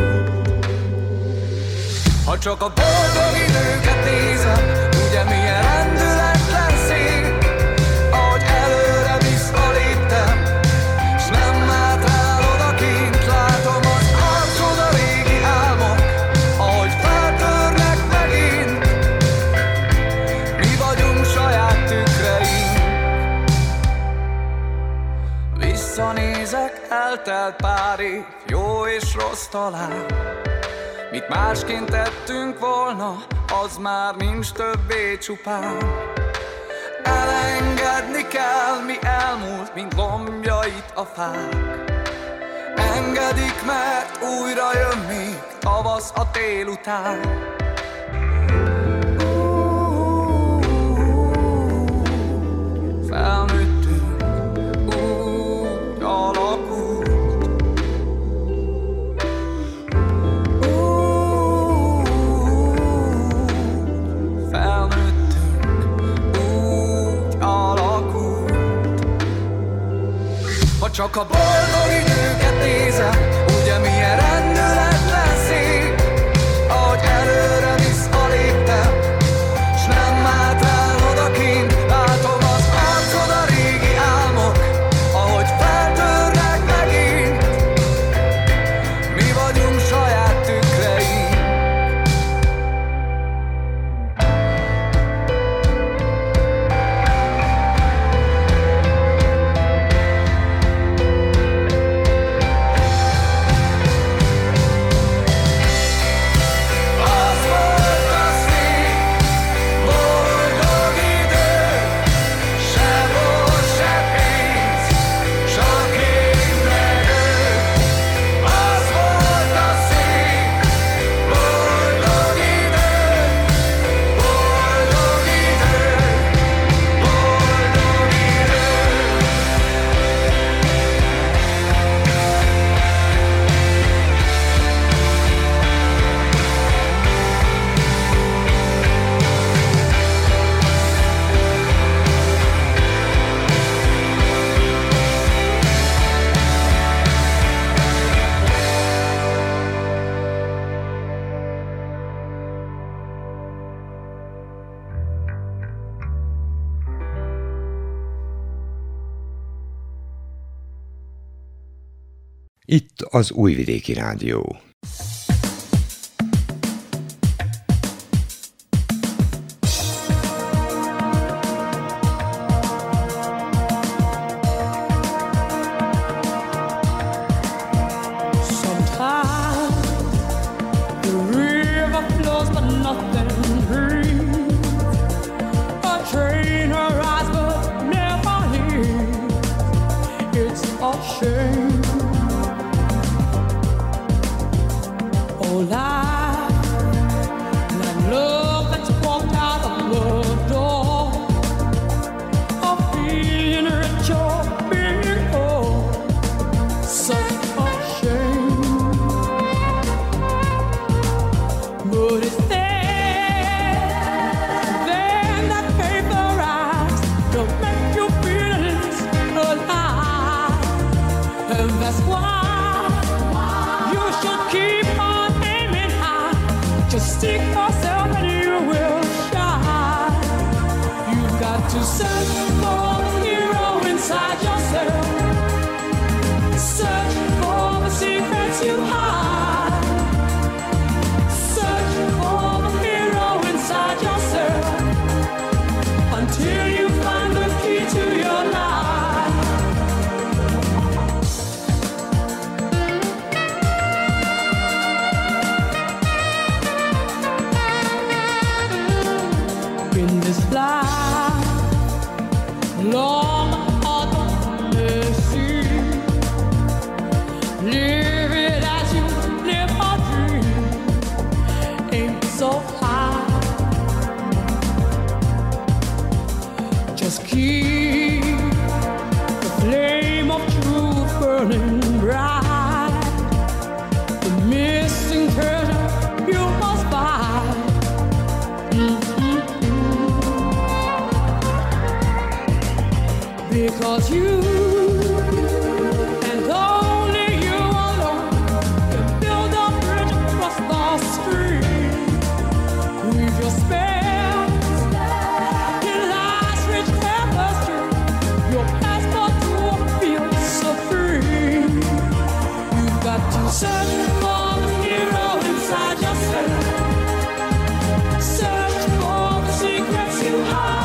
Ha csak a boldog időket nézem, ugye milyen rendületlen szép, ahogy előre visszaléptem, s nem hátrál odakint, látom az arcod a régi álmok, ahogy feltörnek megint. Mi vagyunk saját tükreink. Visszanézek, eltelt pár év, jó és rossz talán. Mit másként tettünk volna, az már nincs többé csupán. Elengedni kell, mi elmúlt, mint lombjait a fák. Engedik, mert újra jön még tavasz a tél után. Felnőttünk, úgy alakult. Ha csak a boldog időket nézem, ugye milyen rendületlen szép, ahogy előre Itt az Újvidéki Rádió. Because you and only you alone can build a bridge across the stream. Weave your spells in life's rich tapestry, your passport to a field so free. You've got to search for the hero inside yourself. Search for the secrets you hide.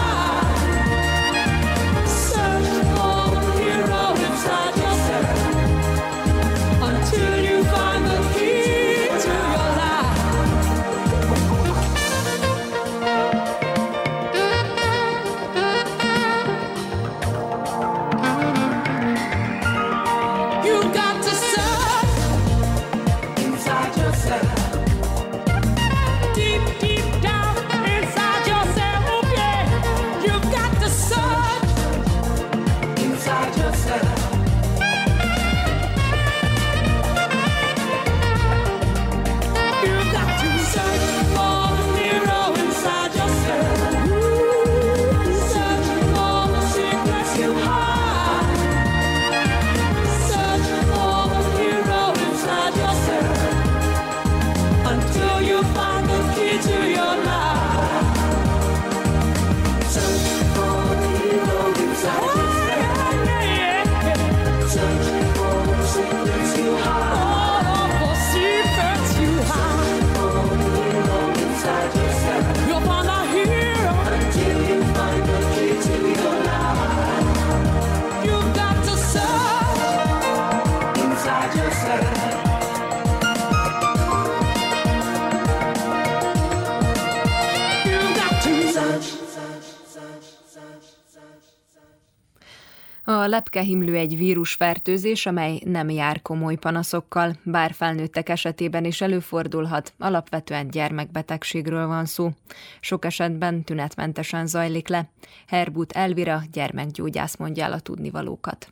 A lepkehimlő egy vírusfertőzés, amely nem jár komoly panaszokkal, bár felnőttek esetében is előfordulhat, alapvetően gyermekbetegségről van szó. Sok esetben tünetmentesen zajlik le. Herbut Elvira, gyermekgyógyász mondja el a tudnivalókat.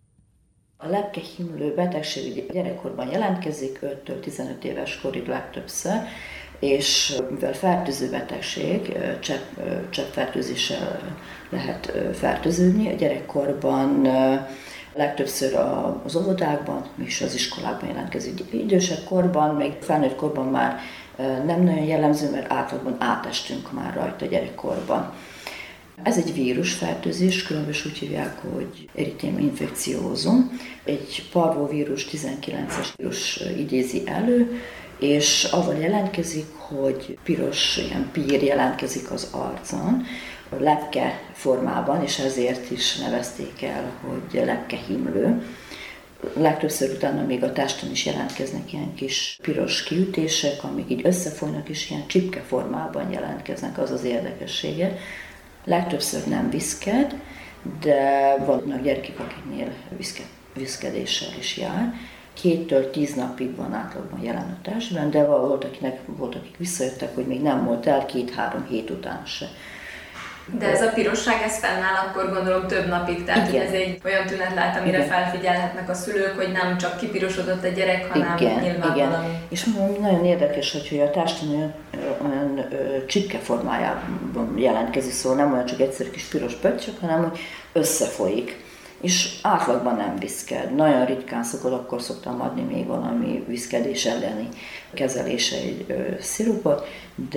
A lepkehimlő betegség gyerekkorban jelentkezik, 5-től 15 éves korig legtöbbször, és mivel fertőző betegség, cseppfertőzéssel lehet fertőződni, a gyerekkorban legtöbbször az óvodákban és az iskolákban jelentkezik. Idősebb korban, még felnőtt korban már nem nagyon jellemző, mert átlagban átestünk már rajta gyerekkorban. Ez egy vírusfertőzés, különben úgy hívják, hogy erythema infekciózum. Egy parvovírus 19-es vírus idézi elő, és avval jelentkezik, hogy piros ilyen pír jelentkezik az arcon, lepke formában, és ezért is nevezték el, hogy lepkehimlő. Legtöbbször utána még a testen is jelentkeznek ilyen kis piros kiütések, amik így összefolynak, és ilyen csipke formában jelentkeznek, az az érdekessége. Legtöbbször nem viszked, de vannak gyerekek, akiknél viszkedéssel is jár. 2-től 10 napig van átlagban jelen a testben, de volt, akik visszajöttek, hogy még nem volt el 2-3 hét után se. De ez a pirosság, ez fennáll akkor gondolom több napig, tehát hogy ez egy olyan tünet lehet, amire felfigyelhetnek a szülők, hogy nem csak kipirosodott a gyerek, hanem nyilván valami. És nagyon érdekes, hogy a testben olyan csipke formájában jelentkezik, szóval nem olyan csak egyszerű kis piros pöttyök, hanem hogy összefolyik. És átlagban nem viszked. Nagyon ritkán akkor szoktam adni még valami viszkedés elleni kezelése egy szirupot,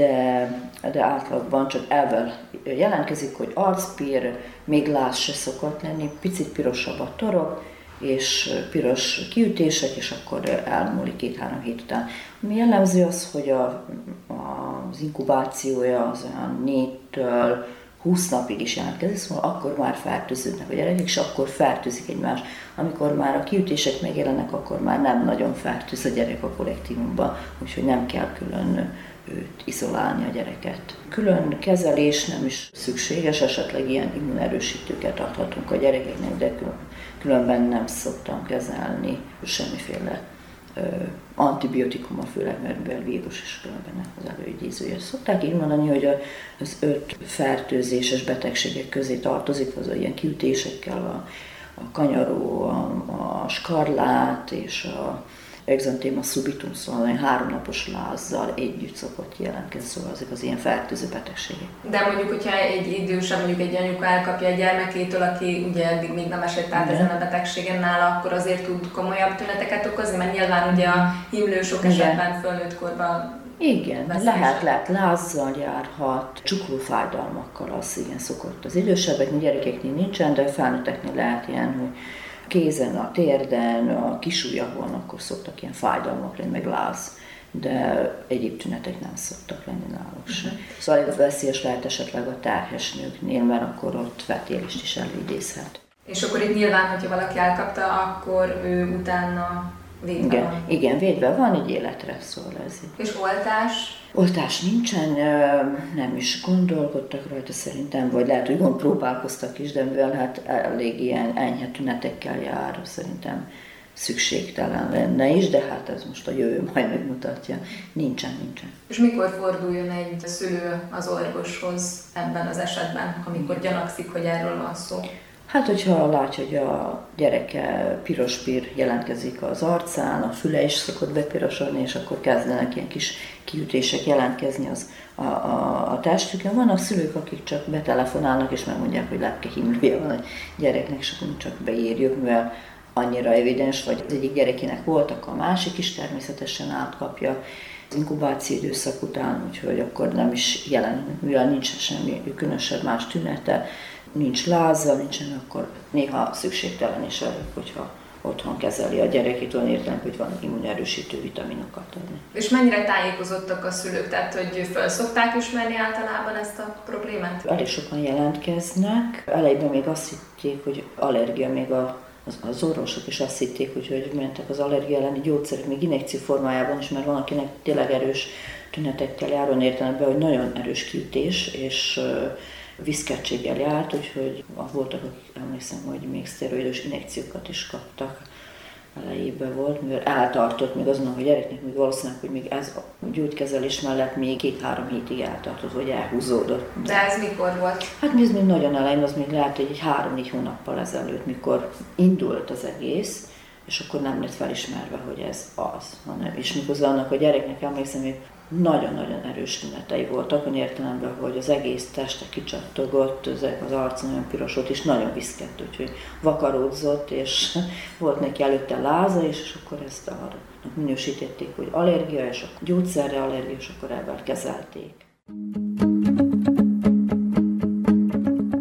de átlagban csak elvel jelentkezik, hogy arcpír, még láz se szokott lenni, picit pirosabb a torok, és piros kiütések, és akkor elmúlik 2-3 hét után. Ami jellemző az, hogy az inkubációja az olyan 4-től 20 napig is jelentkezik, szóval akkor már fertőződnek a gyerekek, és akkor fertőzik egymást. Amikor már a kiütések megjelennek, akkor már nem nagyon fertőz a gyerek a kollektívumban, úgyhogy nem kell külön őt izolálni a gyereket. Külön kezelés nem is szükséges, esetleg ilyen immunerősítőket adhatunk a gyerekeknek, de különben nem szoktam kezelni semmiféle antibiotikumot, főleg mert vírus is különben az előidézője. Szokták így mondani, hogy az 5 fertőzéses betegségek közé tartozik, az ilyen kiütésekkel a kanyaró, a skarlát és a exanthema subitum, szóval olyan 3 napos lázzal együtt szokott jelentkezni, szóval ezek az ilyen fertőző betegségek. De mondjuk, hogyha egy idősebb, mondjuk egy anyuka elkapja a gyermekétől, aki ugye eddig még nem esett át ezen a betegségen nála, akkor azért tud komolyabb tüneteket okozni, mert nyilván ugye a himlő sok esetben fölnőtt korban igen, lehet lázzal járhat, csuklófájdalmakkal, az igen szokott. Az idősebbeknél, gyerekeknél nincsen, de felnőtteknél lehet ilyen, hogy kézen, a térden, a kisujjakon, akkor szoktak ilyen fájdalmak lenni, meg láz, de egyéb tünetek nem szoktak lenni náluk sem. Szóval veszélyes lehet esetleg a terhes nőknél, mert akkor ott vetélést is előidézhet. És akkor itt nyilván, hogyha valaki elkapta, akkor ő utána védve van. Igen, védve van egy életre, szóval ez. És oltás? Oltás nincsen, nem is gondolkodtak rajta szerintem, vagy lehet, hogy próbálkoztak is, de mivel hát elég ilyen enyhe tünetekkel jár, szerintem szükségtelen lenne is, de hát ez most a jövő majd megmutatja. Nincsen. És mikor forduljon egy szülő az orvoshoz ebben az esetben, amikor gyanakszik, hogy erről van szó? Hát, hogyha látja, hogy a gyereke piros pír jelentkezik az arcán, a füle is szokott bepirosodni, és akkor kezdenek ilyen kis kiütések jelentkezni a testükön. Vannak szülők, akik csak betelefonálnak, és megmondják, hogy lepkehimlője van a gyereknek, és akkor csak beírjuk, mivel annyira evidens, vagy az egyik gyerekének voltak, a másik is természetesen átkapja az inkubáció időszak után, úgyhogy akkor nem is jelenik, mivel nincs semmi különösebb más tünete, nincs láza, nincsen, akkor néha szükségtelen is előbb, hogyha otthon kezeli a gyerekét, olyan értelem, hogy van immunerősítő vitaminokat adni. És mennyire tájékozottak a szülők, tehát hogy föl szokták ismerni általában ezt a problémát? Elég sokan jelentkeznek. Elejében még azt hitték, hogy allergia, még az orvosok is azt hitték, hogy mentek az allergia elleni gyógyszerek, még injekció formájában is, mert van, akinek tényleg erős tünetekkel jár, olyan értelemben, hogy nagyon erős kiütés, és viszkedtséggel járt, úgyhogy voltak, akik emlékszem, hogy még szteroidos injekciókat is kaptak. Elejében volt, mivel eltartott még azon, hogy a gyereknek még valószínűleg, hogy még ez a gyógykezelés mellett még 2-3 hétig eltartott, vagy elhúzódott. De ez mikor volt? Hát ez még nagyon elején, az még lehet, hogy egy 3-4 hónappal ezelőtt, mikor indult az egész, és akkor nem lett felismerve, hogy ez az, hanem. És mikor annak a gyereknek emlékszem, hogy nagyon-nagyon erős tünetei voltak, olyan értelemben, hogy az egész teste kicsattogott, az arc nagyon pirosult, és nagyon viszkedt, úgyhogy vakaródzott, és volt neki előtte láza is, és akkor ezt arra minősítették, hogy allergia, és akkor gyógyszerre allergia, és akkor ebben kezelték.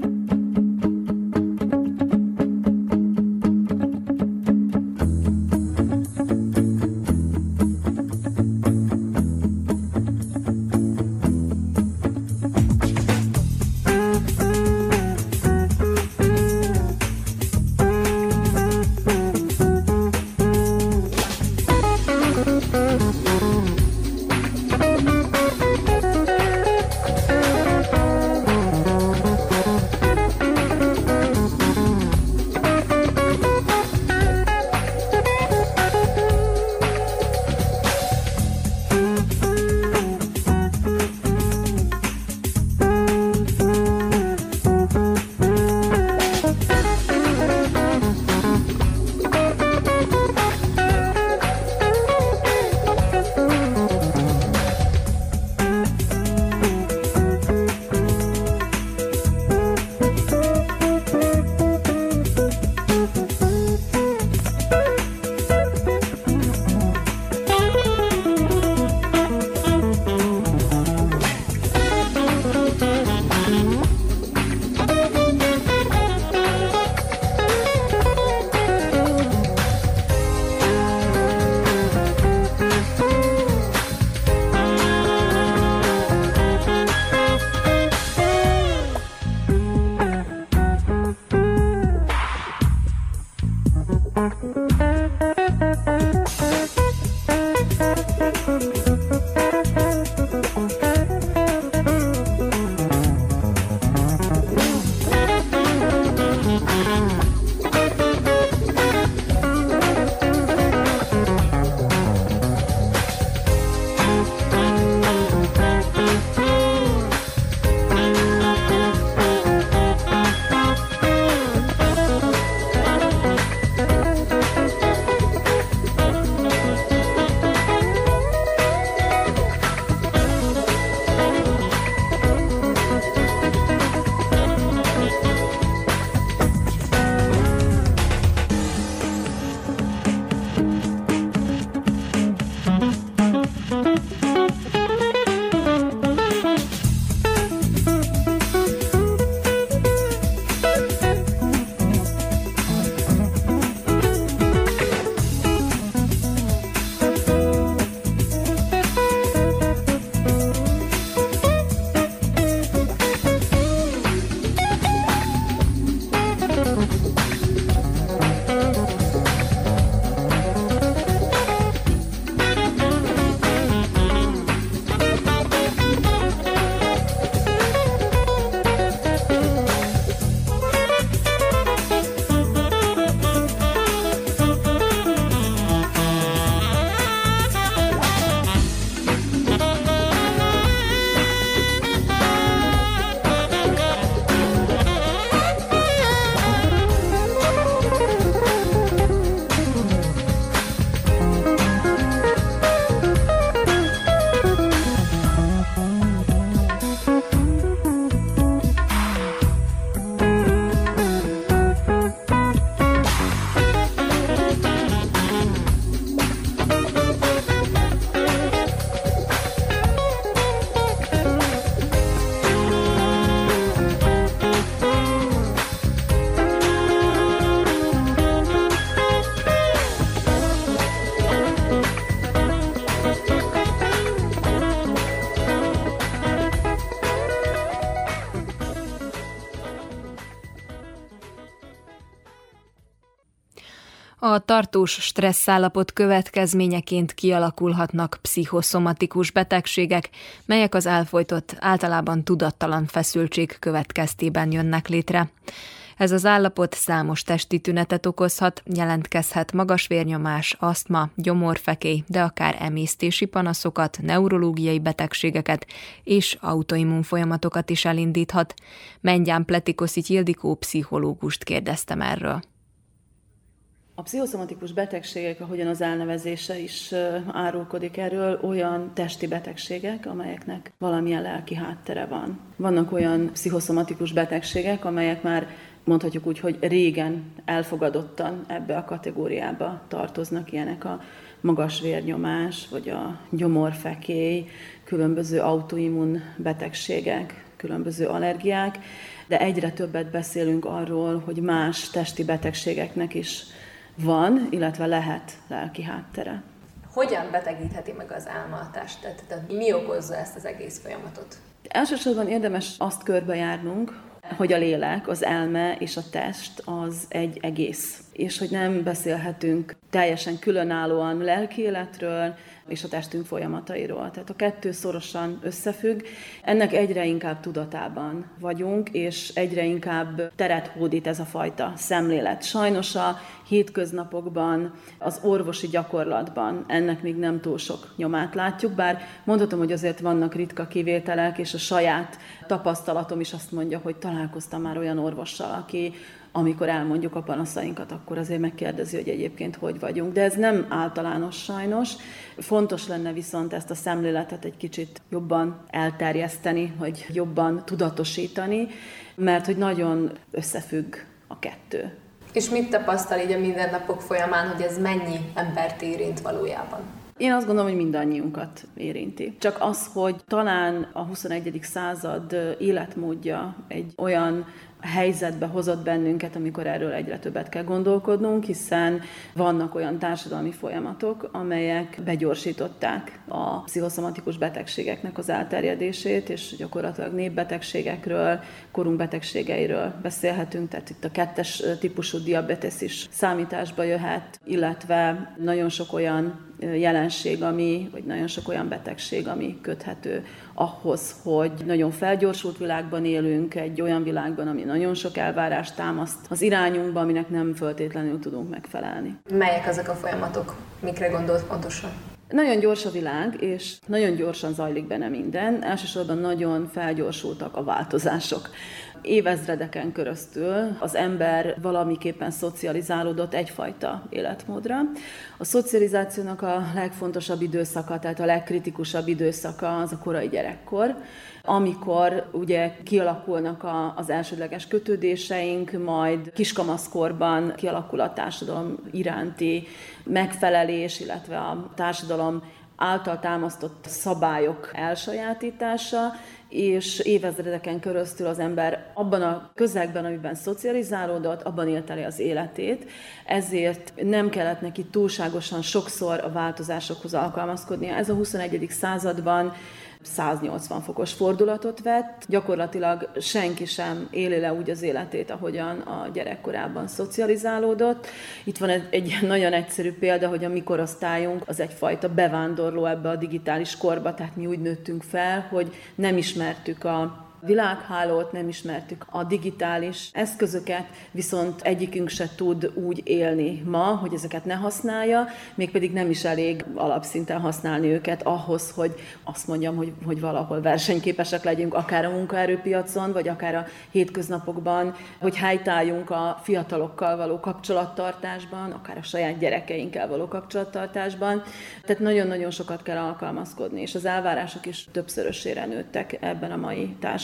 A tartós stresszállapot következményeként kialakulhatnak pszichoszomatikus betegségek, melyek az elfojtott, általában tudattalan feszültség következtében jönnek létre. Ez az állapot számos testi tünetet okozhat, jelentkezhet magas vérnyomás, asztma, gyomorfekély, de akár emésztési panaszokat, neurológiai betegségeket és autoimmun folyamatokat is elindíthat. Mengyán Pletikoszics Ildikó pszichológust kérdeztem erről. A pszichoszomatikus betegségek, ahogyan az elnevezése is árulkodik erről, olyan testi betegségek, amelyeknek valamilyen lelki háttere van. Vannak olyan pszichoszomatikus betegségek, amelyek már mondhatjuk úgy, hogy régen elfogadottan ebbe a kategóriába tartoznak, ilyenek a magas vérnyomás, vagy a gyomorfekély, különböző autoimmun betegségek, különböző allergiák, de egyre többet beszélünk arról, hogy más testi betegségeknek is van, illetve lehet lelki háttere. Hogyan betegítheti meg az álma a testet? Tehát mi okozza ezt az egész folyamatot? Elsősorban érdemes azt körbejárnunk, hogy a lélek, az elme és a test az egy egész. És hogy nem beszélhetünk teljesen különállóan lelki életről és a testünk folyamatairól. Tehát a kettő szorosan összefügg. Ennek egyre inkább tudatában vagyunk, és egyre inkább teret hódít ez a fajta szemlélet. Sajnos a hétköznapokban, az orvosi gyakorlatban ennek még nem túl sok nyomát látjuk, bár mondhatom, hogy azért vannak ritka kivételek, és a saját tapasztalatom is azt mondja, hogy találkoztam már olyan orvossal, aki amikor elmondjuk a panaszainkat, akkor azért megkérdezi, hogy egyébként hogy vagyunk. De ez nem általános sajnos. Fontos lenne viszont ezt a szemléletet egy kicsit jobban elterjeszteni, vagy jobban tudatosítani, mert hogy nagyon összefügg a kettő. És mit tapasztal így a mindennapok folyamán, hogy ez mennyi embert érint valójában? Én azt gondolom, hogy mindannyiunkat érinti. Csak az, hogy talán a 21. század életmódja egy olyan helyzetbe hozott bennünket, amikor erről egyre többet kell gondolkodnunk, hiszen vannak olyan társadalmi folyamatok, amelyek begyorsították a pszichoszomatikus betegségeknek az elterjedését, és gyakorlatilag népbetegségekről, korunk betegségeiről beszélhetünk, tehát itt a 2. típusú diabetes is számításba jöhet, illetve nagyon sok olyan jelenség, vagy nagyon sok olyan betegség, ami köthető ahhoz, hogy nagyon felgyorsult világban élünk, egy olyan világban, ami nagyon sok elvárást támaszt az irányunkba, aminek nem feltétlenül tudunk megfelelni. Melyek ezek a folyamatok? Mikre gondolt pontosan? Nagyon gyors a világ, és nagyon gyorsan zajlik benne minden. Elsősorban nagyon felgyorsultak a változások. Évezredeken keresztül az ember valamiképpen szocializálódott egyfajta életmódra. A szocializációnak a legfontosabb időszaka, tehát a legkritikusabb időszaka az a korai gyerekkor, amikor ugye kialakulnak az elsődleges kötődéseink, majd kiskamaszkorban kialakul a társadalom iránti megfelelés, illetve a társadalom által támasztott szabályok elsajátítása, és évezredeken keresztül az ember abban a közegben, amiben szocializálódott, abban élte le az életét, ezért nem kellett neki túlságosan sokszor a változásokhoz alkalmazkodnia. Ez a 21. században 180 fokos fordulatot vett, gyakorlatilag senki sem éli le úgy az életét, ahogyan a gyerekkorában szocializálódott. Itt van egy nagyon egyszerű példa, hogy a mi korosztályunk az egyfajta bevándorló ebbe a digitális korba, tehát mi úgy nőttünk fel, hogy nem ismertük a világhálót, nem ismertük a digitális eszközöket, viszont egyikünk se tud úgy élni ma, hogy ezeket ne használja, mégpedig nem is elég alapszinten használni őket ahhoz, hogy azt mondjam, hogy valahol versenyképesek legyünk, akár a munkaerőpiacon, vagy akár a hétköznapokban, hogy helytálljunk a fiatalokkal való kapcsolattartásban, akár a saját gyerekeinkkel való kapcsolattartásban. Tehát nagyon-nagyon sokat kell alkalmazkodni, és az elvárások is többszörösére nőttek ebben a mai társadalomban.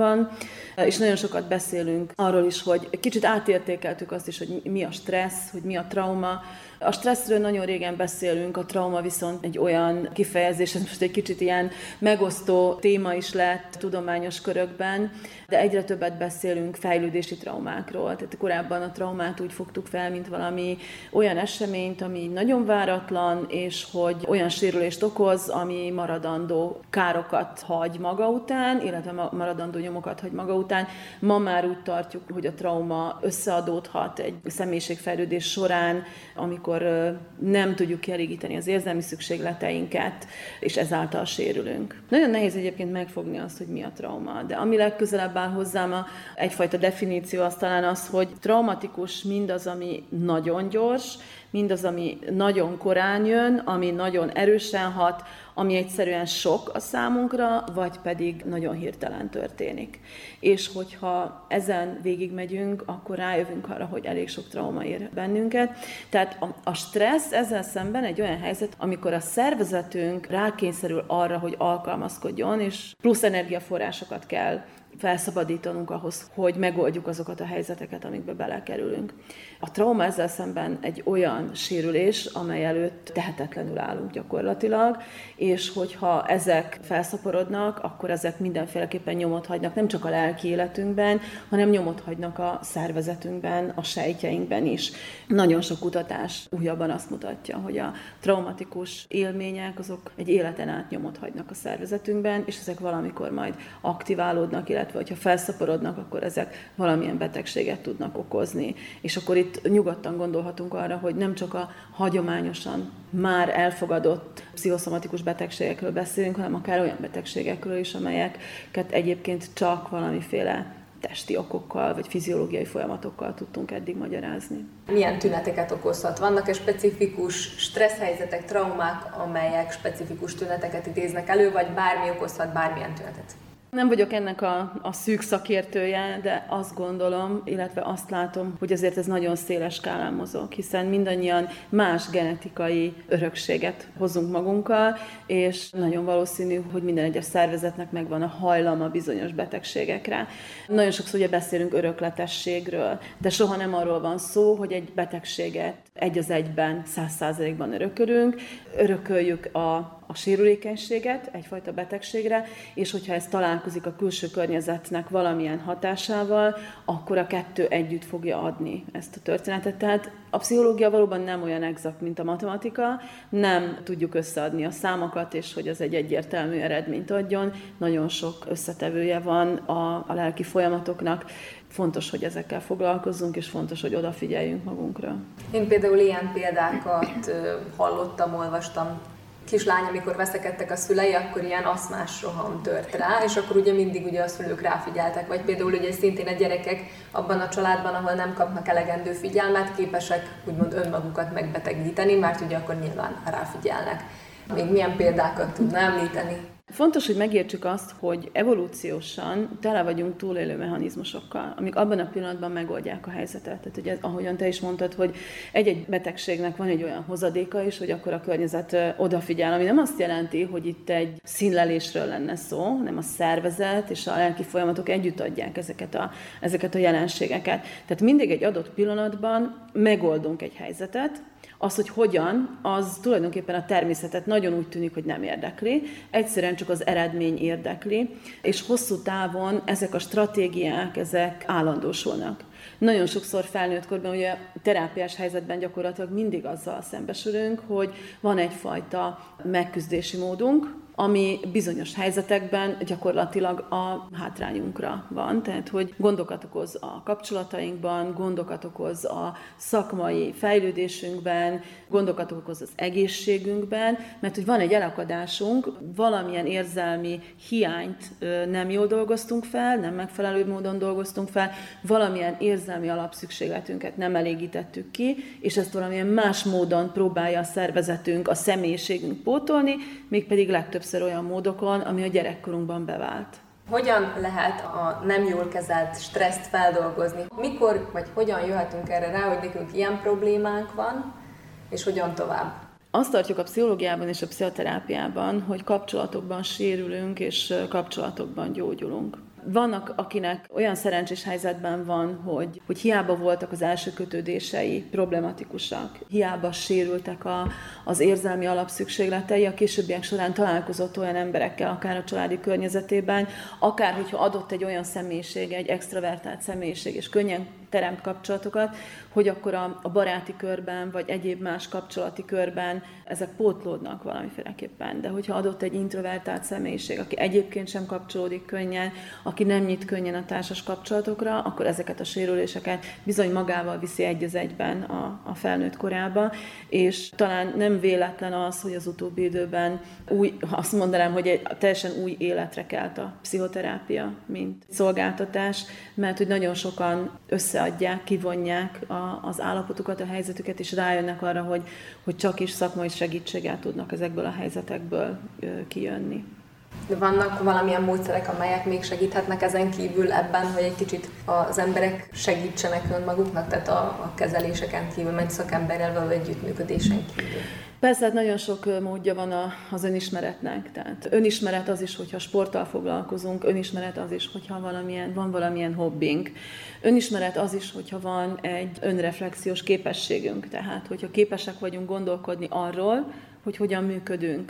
És nagyon sokat beszélünk arról is, hogy kicsit átértékeltük azt is, hogy mi a stressz, hogy mi a trauma. A stresszről nagyon régen beszélünk, a trauma viszont egy olyan kifejezés, ez most egy kicsit ilyen megosztó téma is lett tudományos körökben, de egyre többet beszélünk fejlődési traumákról. Tehát korábban a traumát úgy fogtuk fel, mint valami olyan eseményt, ami nagyon váratlan, és hogy olyan sérülést okoz, ami maradandó károkat hagy maga után, illetve maradandó nyomokat hagy maga után. Ma már úgy tartjuk, hogy a trauma összeadódhat egy személyiségfejlődés során, amikor nem tudjuk kielégíteni az érzelmi szükségleteinket, és ezáltal sérülünk. Nagyon nehéz egyébként megfogni azt, hogy mi a trauma, de ami legközelebb áll hozzám egyfajta definíció az talán az, hogy traumatikus mindaz, ami nagyon gyors, mindaz, ami nagyon korán jön, ami nagyon erősen hat, ami egyszerűen sok a számunkra, vagy pedig nagyon hirtelen történik. És hogyha ezen végigmegyünk, akkor rájövünk arra, hogy elég sok trauma ér bennünket. Tehát a stressz ezzel szemben egy olyan helyzet, amikor a szervezetünk rákényszerül arra, hogy alkalmazkodjon, és plusz energiaforrásokat kell felszabadítanunk ahhoz, hogy megoldjuk azokat a helyzeteket, amikbe belekerülünk. A trauma ezzel szemben egy olyan sérülés, amely előtt tehetetlenül állunk gyakorlatilag, és hogyha ezek felszaporodnak, akkor ezek mindenféleképpen nyomot hagynak nem csak a lelki életünkben, hanem nyomot hagynak a szervezetünkben, a sejtjeinkben is. Nagyon sok kutatás újabban azt mutatja, hogy a traumatikus élmények azok egy életen át nyomot hagynak a szervezetünkben, és ezek valamikor majd aktiválódnak, illetve illetve hogyha felszaporodnak, akkor ezek valamilyen betegséget tudnak okozni. És akkor itt nyugodtan gondolhatunk arra, hogy nem csak a hagyományosan már elfogadott pszichoszomatikus betegségekről beszélünk, hanem akár olyan betegségekről is, amelyeket egyébként csak valamiféle testi okokkal vagy fiziológiai folyamatokkal tudtunk eddig magyarázni. Milyen tüneteket okozhat? Vannak-e specifikus stresszhelyzetek, traumák, amelyek specifikus tüneteket idéznek elő, vagy bármi okozhat bármilyen tünetet? Nem vagyok ennek a szűk szakértője, de azt gondolom, illetve azt látom, hogy azért ez nagyon széles skálán mozog, hiszen mindannyian más genetikai örökséget hozunk magunkkal, és nagyon valószínű, hogy minden egyes szervezetnek megvan a hajlama bizonyos betegségekre. Nagyon sokszor ugye beszélünk örökletességről, de soha nem arról van szó, hogy egy betegséget egy az egyben, 100%-ban örököljük a sérülékenységet egyfajta betegségre, és hogyha ez találkozik a külső környezetnek valamilyen hatásával, akkor a kettő együtt fogja adni ezt a történetet. Tehát a pszichológia valóban nem olyan exakt, mint a matematika, nem tudjuk összeadni a számokat, és hogy az egy egyértelmű eredményt adjon. Nagyon sok összetevője van a lelki folyamatoknak. Fontos, hogy ezekkel foglalkozzunk, és fontos, hogy odafigyeljünk magunkra. Én például ilyen példákat hallottam, olvastam. Kislány, amikor veszekedtek a szülei, akkor ilyen aszmás roham tört rá, és akkor ugye mindig ugye a szülők ráfigyeltek, vagy például ugye szintén a gyerekek abban a családban, ahol nem kapnak elegendő figyelmet, képesek úgymond önmagukat megbetegíteni, mert ugye akkor nyilván ráfigyelnek. Még milyen példákat tudna említeni? Fontos, hogy megértsük azt, hogy evolúciósan tele vagyunk túlélő mechanizmusokkal, amik abban a pillanatban megoldják a helyzetet. Tehát ugye, ahogyan te is mondtad, hogy egy-egy betegségnek van egy olyan hozadéka is, hogy akkor a környezet odafigyel, ami nem azt jelenti, hogy itt egy színlelésről lenne szó, hanem a szervezet és a lelki folyamatok együtt adják ezeket a jelenségeket. Tehát mindig egy adott pillanatban megoldunk egy helyzetet. Az, hogy hogyan, az tulajdonképpen a természetet nagyon úgy tűnik, hogy nem érdekli, egyszerűen csak az eredmény érdekli, és hosszú távon ezek a stratégiák, ezek állandósulnak. Nagyon sokszor felnőtt korban, ugye terápiás helyzetben gyakorlatilag mindig azzal szembesülünk, hogy van egyfajta megküzdési módunk, ami bizonyos helyzetekben gyakorlatilag a hátrányunkra van. Tehát, hogy gondokat okoz a kapcsolatainkban, gondokat okoz a szakmai fejlődésünkben, gondokat okoz az egészségünkben, mert hogy van egy elakadásunk, valamilyen érzelmi hiányt nem jól dolgoztunk fel, nem megfelelő módon dolgoztunk fel, valamilyen érzelmi alapszükségletünket nem elégítettük ki, és ezt valamilyen más módon próbálja a szervezetünk, a személyiségünk pótolni, mégpedig legtöbbször olyan módokon, ami a gyerekkorunkban bevált. Hogyan lehet a nem jól kezelt stresszt feldolgozni? Mikor vagy hogyan jöhetünk erre rá, hogy nekünk ilyen problémánk van, és hogyan tovább? Azt tartjuk a pszichológiában és a pszichoterápiában, hogy kapcsolatokban sérülünk, és kapcsolatokban gyógyulunk. Vannak, akinek olyan szerencsés helyzetben van, hogy hiába voltak az első kötődései problematikusak, hiába sérültek az érzelmi alapszükségletei, a későbbiek során találkozott olyan emberekkel, akár a családi környezetében, akár hogyha adott egy olyan személyiség, egy extravertált személyiség, és könnyen teremt kapcsolatokat, hogy akkor a baráti körben, vagy egyéb más kapcsolati körben ezek pótlódnak valamiféleképpen. De hogyha adott egy introvertált személyiség, aki egyébként sem kapcsolódik könnyen, aki nem nyit könnyen a társas kapcsolatokra, akkor ezeket a sérüléseket bizony magával viszi egy az egyben a felnőtt korába, és talán nem véletlen az, hogy az utóbbi időben azt mondanám, hogy egy teljesen új életre kelt a pszichoterápia, mint szolgáltatás, mert hogy nagyon sokan összeadják, kivonják az állapotukat, a helyzetüket, és rájönnek arra, hogy csak is szakmai segítséggel tudnak ezekből a helyzetekből kijönni. De vannak valamilyen módszerek, amelyek még segíthetnek ezen kívül ebben, hogy egy kicsit az emberek segítsenek önmaguknak, tehát a kezeléseken kívül, mert szakemberrel való együttműködésen kívül? Persze, hát nagyon sok módja van az önismeretnek. Tehát önismeret az is, hogyha sporttal foglalkozunk, önismeret az is, hogyha van valamilyen hobbink. Önismeret az is, hogyha van egy önreflexiós képességünk, tehát hogyha képesek vagyunk gondolkodni arról, hogy hogyan működünk.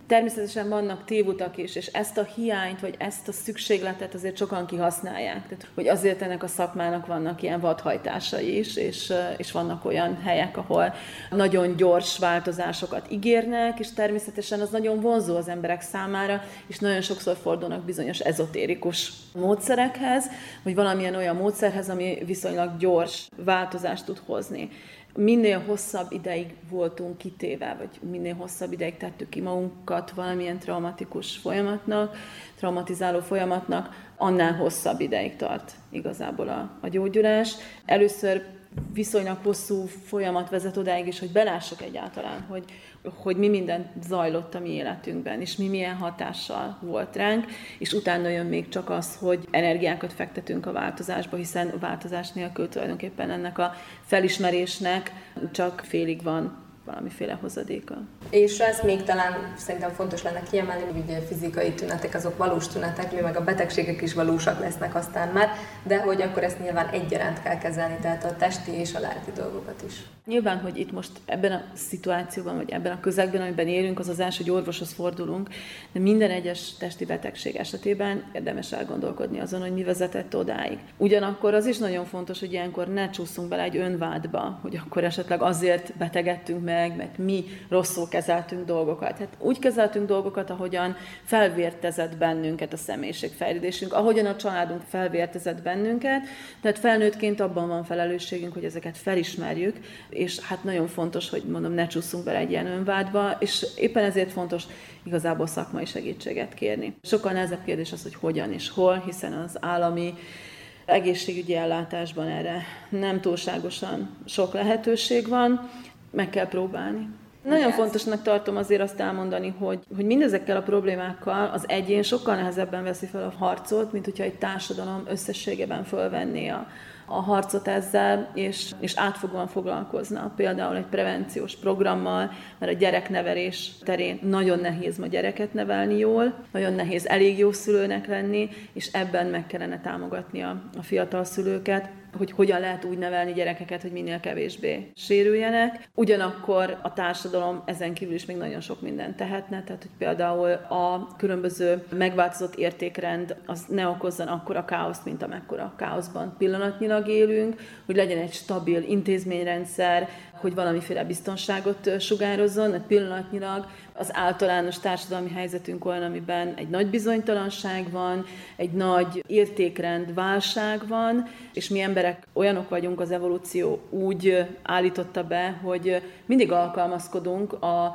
Természetesen vannak tévutak is, és ezt a hiányt, vagy ezt a szükségletet azért sokan kihasználják. Tehát, hogy azért ennek a szakmának vannak ilyen vadhajtásai is, és vannak olyan helyek, ahol nagyon gyors változásokat ígérnek, és természetesen az nagyon vonzó az emberek számára, és nagyon sokszor fordulnak bizonyos ezotérikus módszerekhez, vagy valamilyen olyan módszerhez, ami viszonylag gyors változást tud hozni. Minél hosszabb ideig voltunk kitéve, vagy minél hosszabb ideig tettük ki magunkat valamilyen traumatikus folyamatnak, traumatizáló folyamatnak, annál hosszabb ideig tart igazából a gyógyulás. Először viszonylag hosszú folyamat vezet odáig is, hogy belássuk egyáltalán, hogy mi minden zajlott a mi életünkben, és mi milyen hatással volt ránk, és utána jön még csak az, hogy energiákat fektetünk a változásba, hiszen a változás nélkül tulajdonképpen ennek a felismerésnek csak félig van valamiféle hozadéka. És ez még talán szerintem fontos lenne kiemelni, hogy ugye fizikai tünetek, azok valós tünetek, meg a betegségek is valósak lesznek aztán már, de hogy akkor ezt nyilván egyaránt kell kezelni, tehát a testi és a lelki dolgokat is. Nyilván, hogy itt most ebben a szituációban, vagy ebben a közegben, amiben élünk, az első, hogy orvoshoz fordulunk, de minden egyes testi betegség esetében érdemes elgondolkodni azon, hogy mi vezetett odáig. Ugyanakkor az is nagyon fontos, hogy ilyenkor ne csúszunk bele egy önvádba, hogy akkor esetleg azért betegedtünk meg, mert mi rosszul kezeltünk dolgokat. Hát úgy kezeltünk dolgokat, ahogyan felvértezett bennünket a személyiségfejlődésünk, ahogyan a családunk felvértezett bennünket, tehát felnőttként abban van felelősségünk, hogy ezeket felismerjük, és hát nagyon fontos, hogy mondom, ne csúszunk bele egy ilyen önvádba, és éppen ezért fontos igazából szakmai segítséget kérni. Sokkal nehezebb kérdés az, hogy hogyan és hol, hiszen az állami egészségügyi ellátásban erre nem túlságosan sok lehetőség van, meg kell próbálni. Nagyon fontosnak tartom azért azt elmondani, hogy mindezekkel a problémákkal az egyén sokkal nehezebben veszi fel a harcot, mint hogyha egy társadalom összességében fölvenné a harcot ezzel, és átfogóan foglalkozna. Például egy prevenciós programmal, mert a gyereknevelés terén nagyon nehéz ma gyereket nevelni jól, nagyon nehéz elég jó szülőnek lenni, és ebben meg kellene támogatni a fiatal szülőket, hogy hogyan lehet úgy nevelni gyerekeket, hogy minél kevésbé sérüljenek. Ugyanakkor a társadalom ezen kívül is még nagyon sok mindent tehetne, tehát hogy például a különböző megváltozott értékrend az ne okozzon akkora káoszt, mint amekkora káoszban pillanatnyilag élünk, hogy legyen egy stabil intézményrendszer, hogy valamiféle biztonságot sugározzon, mert pillanatnyilag az általános társadalmi helyzetünk olyan, amiben egy nagy bizonytalanság van, egy nagy értékrend válság van, és mi emberek olyanok vagyunk, az evolúció úgy állította be, hogy mindig alkalmazkodunk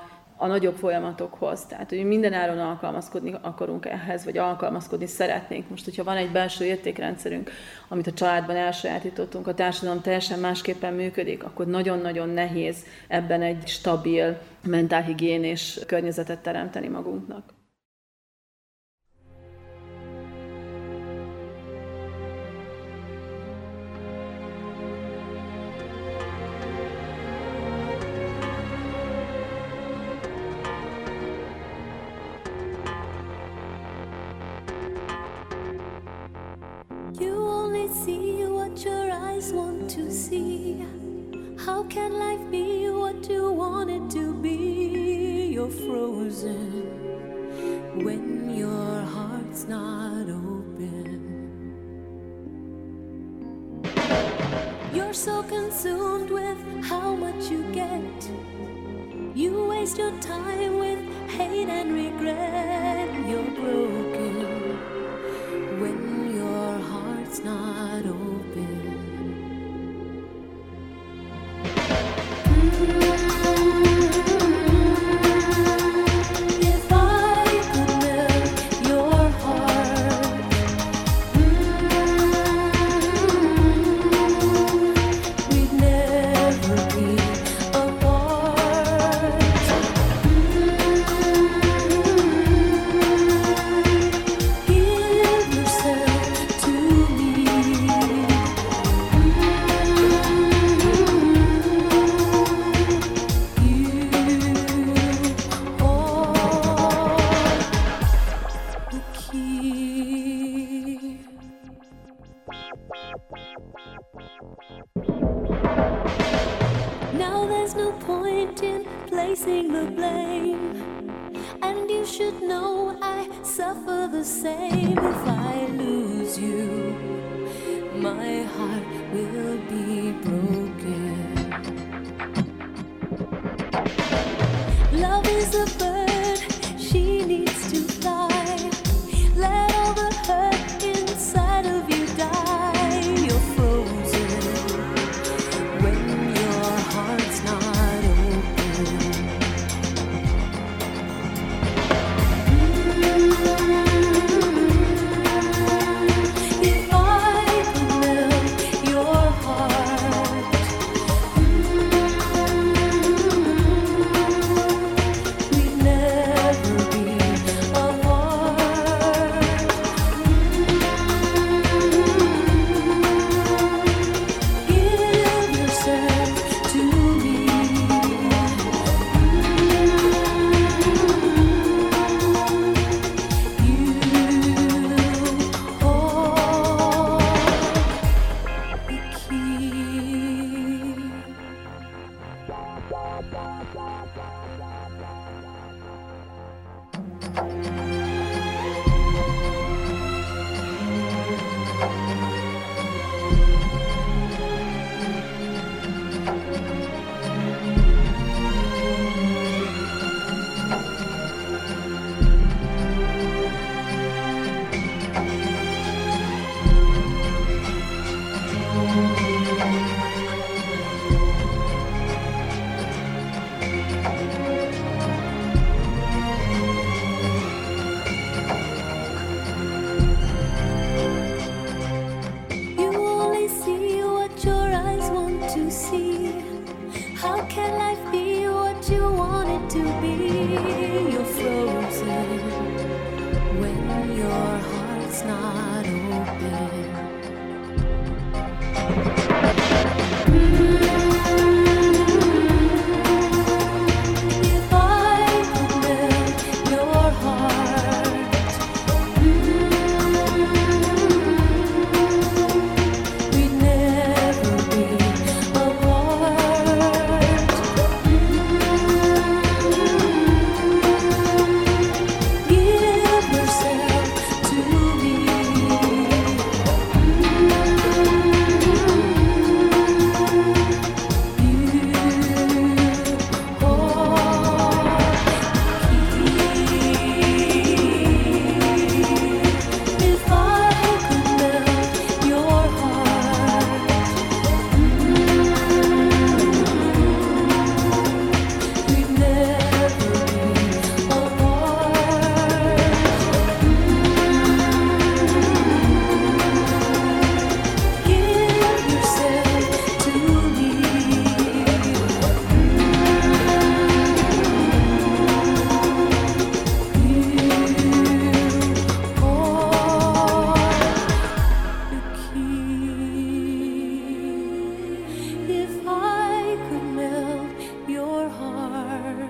a nagyobb folyamatokhoz. Tehát, hogy mindenáron alkalmazkodni akarunk ehhez, vagy alkalmazkodni szeretnénk. Most, hogyha van egy belső értékrendszerünk, amit a családban elsajátítottunk, a társadalom teljesen másképpen működik, akkor nagyon-nagyon nehéz ebben egy stabil, mentálhigiénés környezetet teremteni magunknak. See what your eyes want to see. How can life be what you want it to be? You're frozen when your heart's not open. You're so consumed with how much you get. You waste your time with hate and regret. You're broken when your heart's not open. If I could melt your heart, we'd never be apart. Give yourself to me. Now there's no point in placing the blame. and you should know I suffer the same. If I lose you, my heart will be broken. Love is a bird, she needs to fly. Let all the hurt inside of you die. You're frozen when your heart's not open. If I could melt your heart, we'd never be apart. Give yourself to me. You hold the key. You only see what your eyes want to see. How can life be what you want it to be? You're frozen when your heart's not open. If I could melt your heart, we'd never be apart. Give yourself to me. If I could melt your heart, we'd never be apart. Give yourself to me. If I could melt your heart.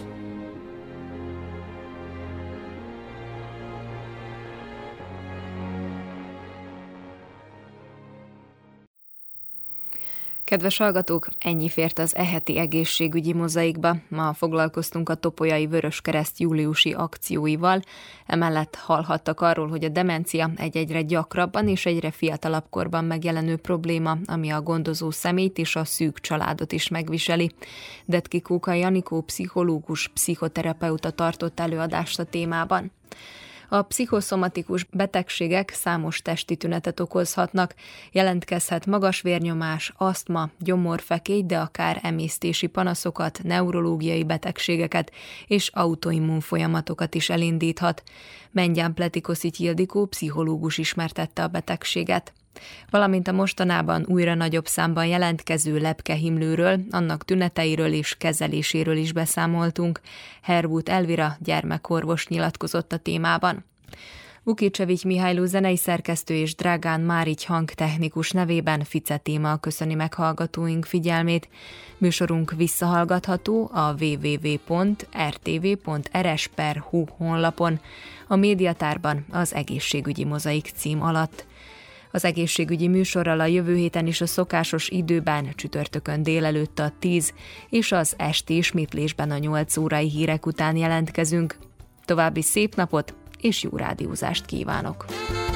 Kedves hallgatók, ennyi fért az eheti egészségügyi mozaikba. Ma foglalkoztunk a Topolyai Vöröskereszt júliusi akcióival. Emellett hallhattak arról, hogy a demencia egy egyre gyakrabban és egyre fiatalabb korban megjelenő probléma, ami a gondozó személyt és a szűk családot is megviseli. Detki Kókai Anikó pszichológus, pszichoterapeuta tartott előadást a témában. A pszichoszomatikus betegségek számos testi tünetet okozhatnak, jelentkezhet magas vérnyomás, asztma, gyomorfekély, de akár emésztési panaszokat, neurológiai betegségeket és autoimmun folyamatokat is elindíthat. Mengyán Pletikoszics Ildikó pszichológus ismertette a betegséget. Valamint a mostanában újra nagyobb számban jelentkező lepkehimlőről, annak tüneteiről és kezeléséről is beszámoltunk. Hervút Elvira gyermekorvos nyilatkozott a témában. Vukicevics Mihályló zenei szerkesztő és Drágán Márigy hangtechnikus nevében Fice Téma köszöni meghallgatóink figyelmét. Műsorunk visszahallgatható a www.rtv.rs.hu honlapon, a médiatárban az egészségügyi mozaik cím alatt. Az egészségügyi műsorral a jövő héten is a szokásos időben, csütörtökön délelőtt a 10 és az esti ismétlésben a 8 órai hírek után jelentkezünk. További szép napot és jó rádiózást kívánok!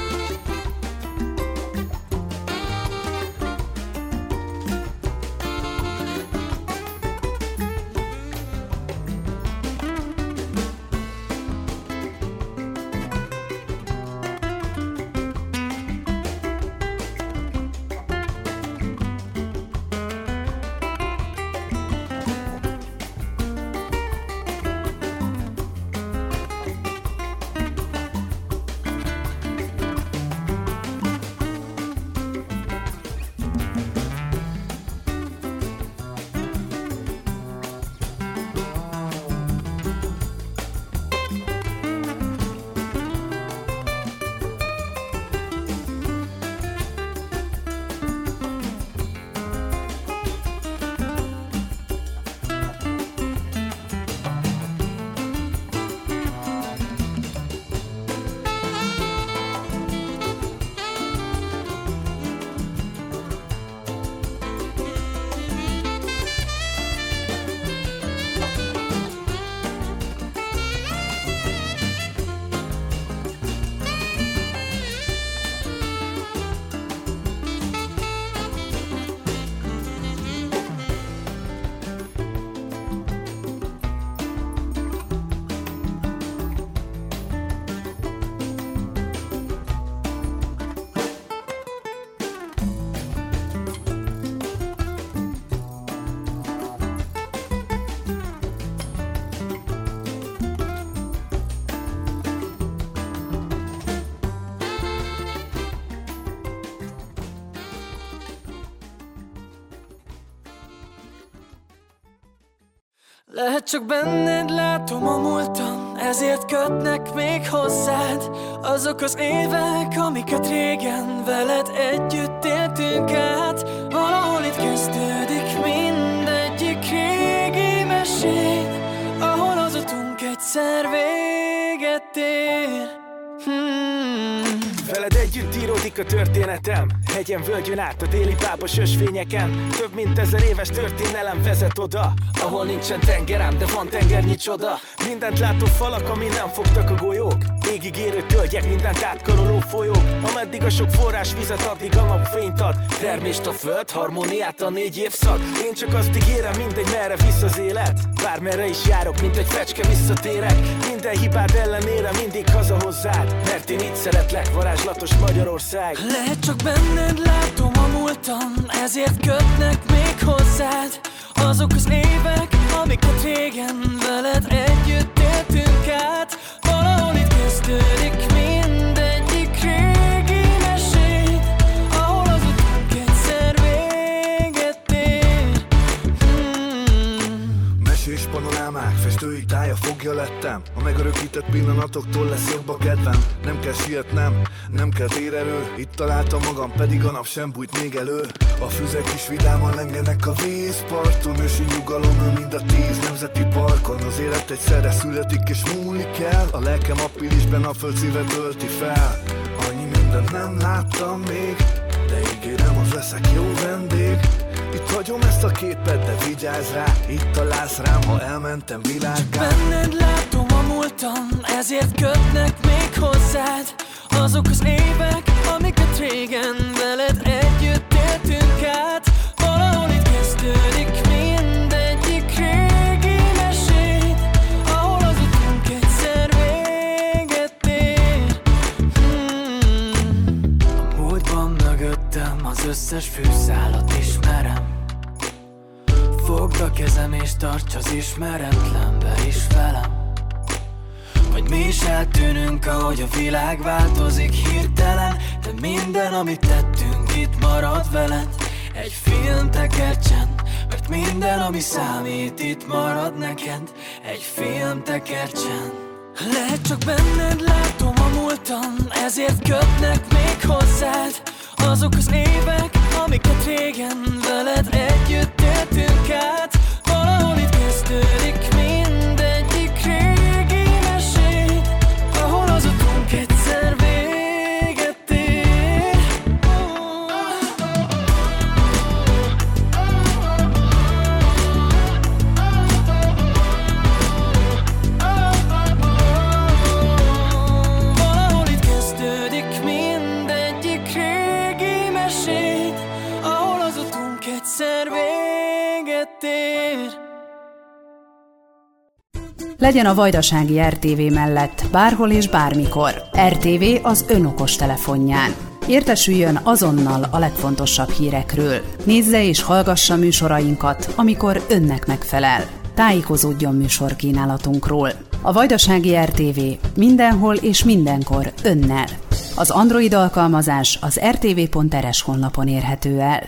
Lehet csak benned látom a múltam, ezért kötnek még hozzád azok az évek, amiket régen veled együtt éltünk át. Valahol itt kezdődik mindegyik régi mesét, ahol az utunk egyszer véget ér. Veled együtt íródik a történetem, hegyen, völgyön át a déli pápos ösvényeken. Több mint 1000 éves történelem vezet oda, ahol nincsen tengerem, de van tengernyi csoda. Mindent látó falak, amin nem fogtak a golyók, égig érő tölgyek, mindent átkaroló folyók. Ameddig a sok forrás vizet, addig a nap fényt ad. Termést a föld, harmóniát a 4 évszak. Én csak azt ígérem, mindegy merre visz az élet. Bármerre is járok, mint egy fecske visszatérek. Minden hibád ellenére mindig haza hozzád, mert én itt szeretlek, varázslatos Magyarország. Lehet csak benned látom a múltam, ezért kötnek még hozzád azok az évek, amiket régen veled együtt éltünk át. Valahol itt kezdődik mindegyik régi mesét, ahol az utunk egyszer véget ér. Mesés panorámák, festői tája fogja lettem. A megörökített pillanatoktól lesz jobb a kedvem. Nem kell sietnem, nem kell térerő. Itt találtam magam, pedig a nap sem bújt még elő. A füzek is vidáman lengenek a vízparton. Ősi nyugalom ő mind a 10 nemzeti parkon. Az élet egyszerre születik és múlik el. A lelkem aprílisben a föld szívet ölti fel. Annyi mindent nem láttam még, de ígérem, az leszek jó vendég. Itt hagyom ezt a képet, de vigyázz rá, itt találsz rám, ha elmentem világgá. Benned látom a múltam, ezért kötnek még hozzád azok az évek, amiket régen veled együtt éltünk át. Valahol itt kezdődik mindegyik régi mesét, ahol az utunk egyszer véget ér. A múltban mögöttem az összes fűszálat ismerem. Fogd a kezem és tarts az ismeretlenbe is velem. Hogy mi is eltűnünk, ahogy a világ változik hirtelen, de minden, amit tettünk, itt marad veled. Egy film tekercsen, mert minden, ami számít, itt marad neked. Egy film tekercsen. Lehet csak benned látom a múltam, ezért kötnek még hozzád azok az évek, amiket régen veled együtt éltünk át. Valahol itt kezdődik mindegyik régi mesét, ahol az utunk egyszer véget ér. jöttél. Legyen a Vajdasági RTV mellett bárhol és bármikor. RTV az ön okos telefonján. Értesüljön azonnal a legfontosabb hírekről. Nézze és hallgassa műsorainkat, amikor önnek megfelel. Tájékozódjon műsorkínálatunkról. A Vajdasági RTV mindenhol és mindenkor önnel. Az Android alkalmazás az rtv.rs honlapon érhető el.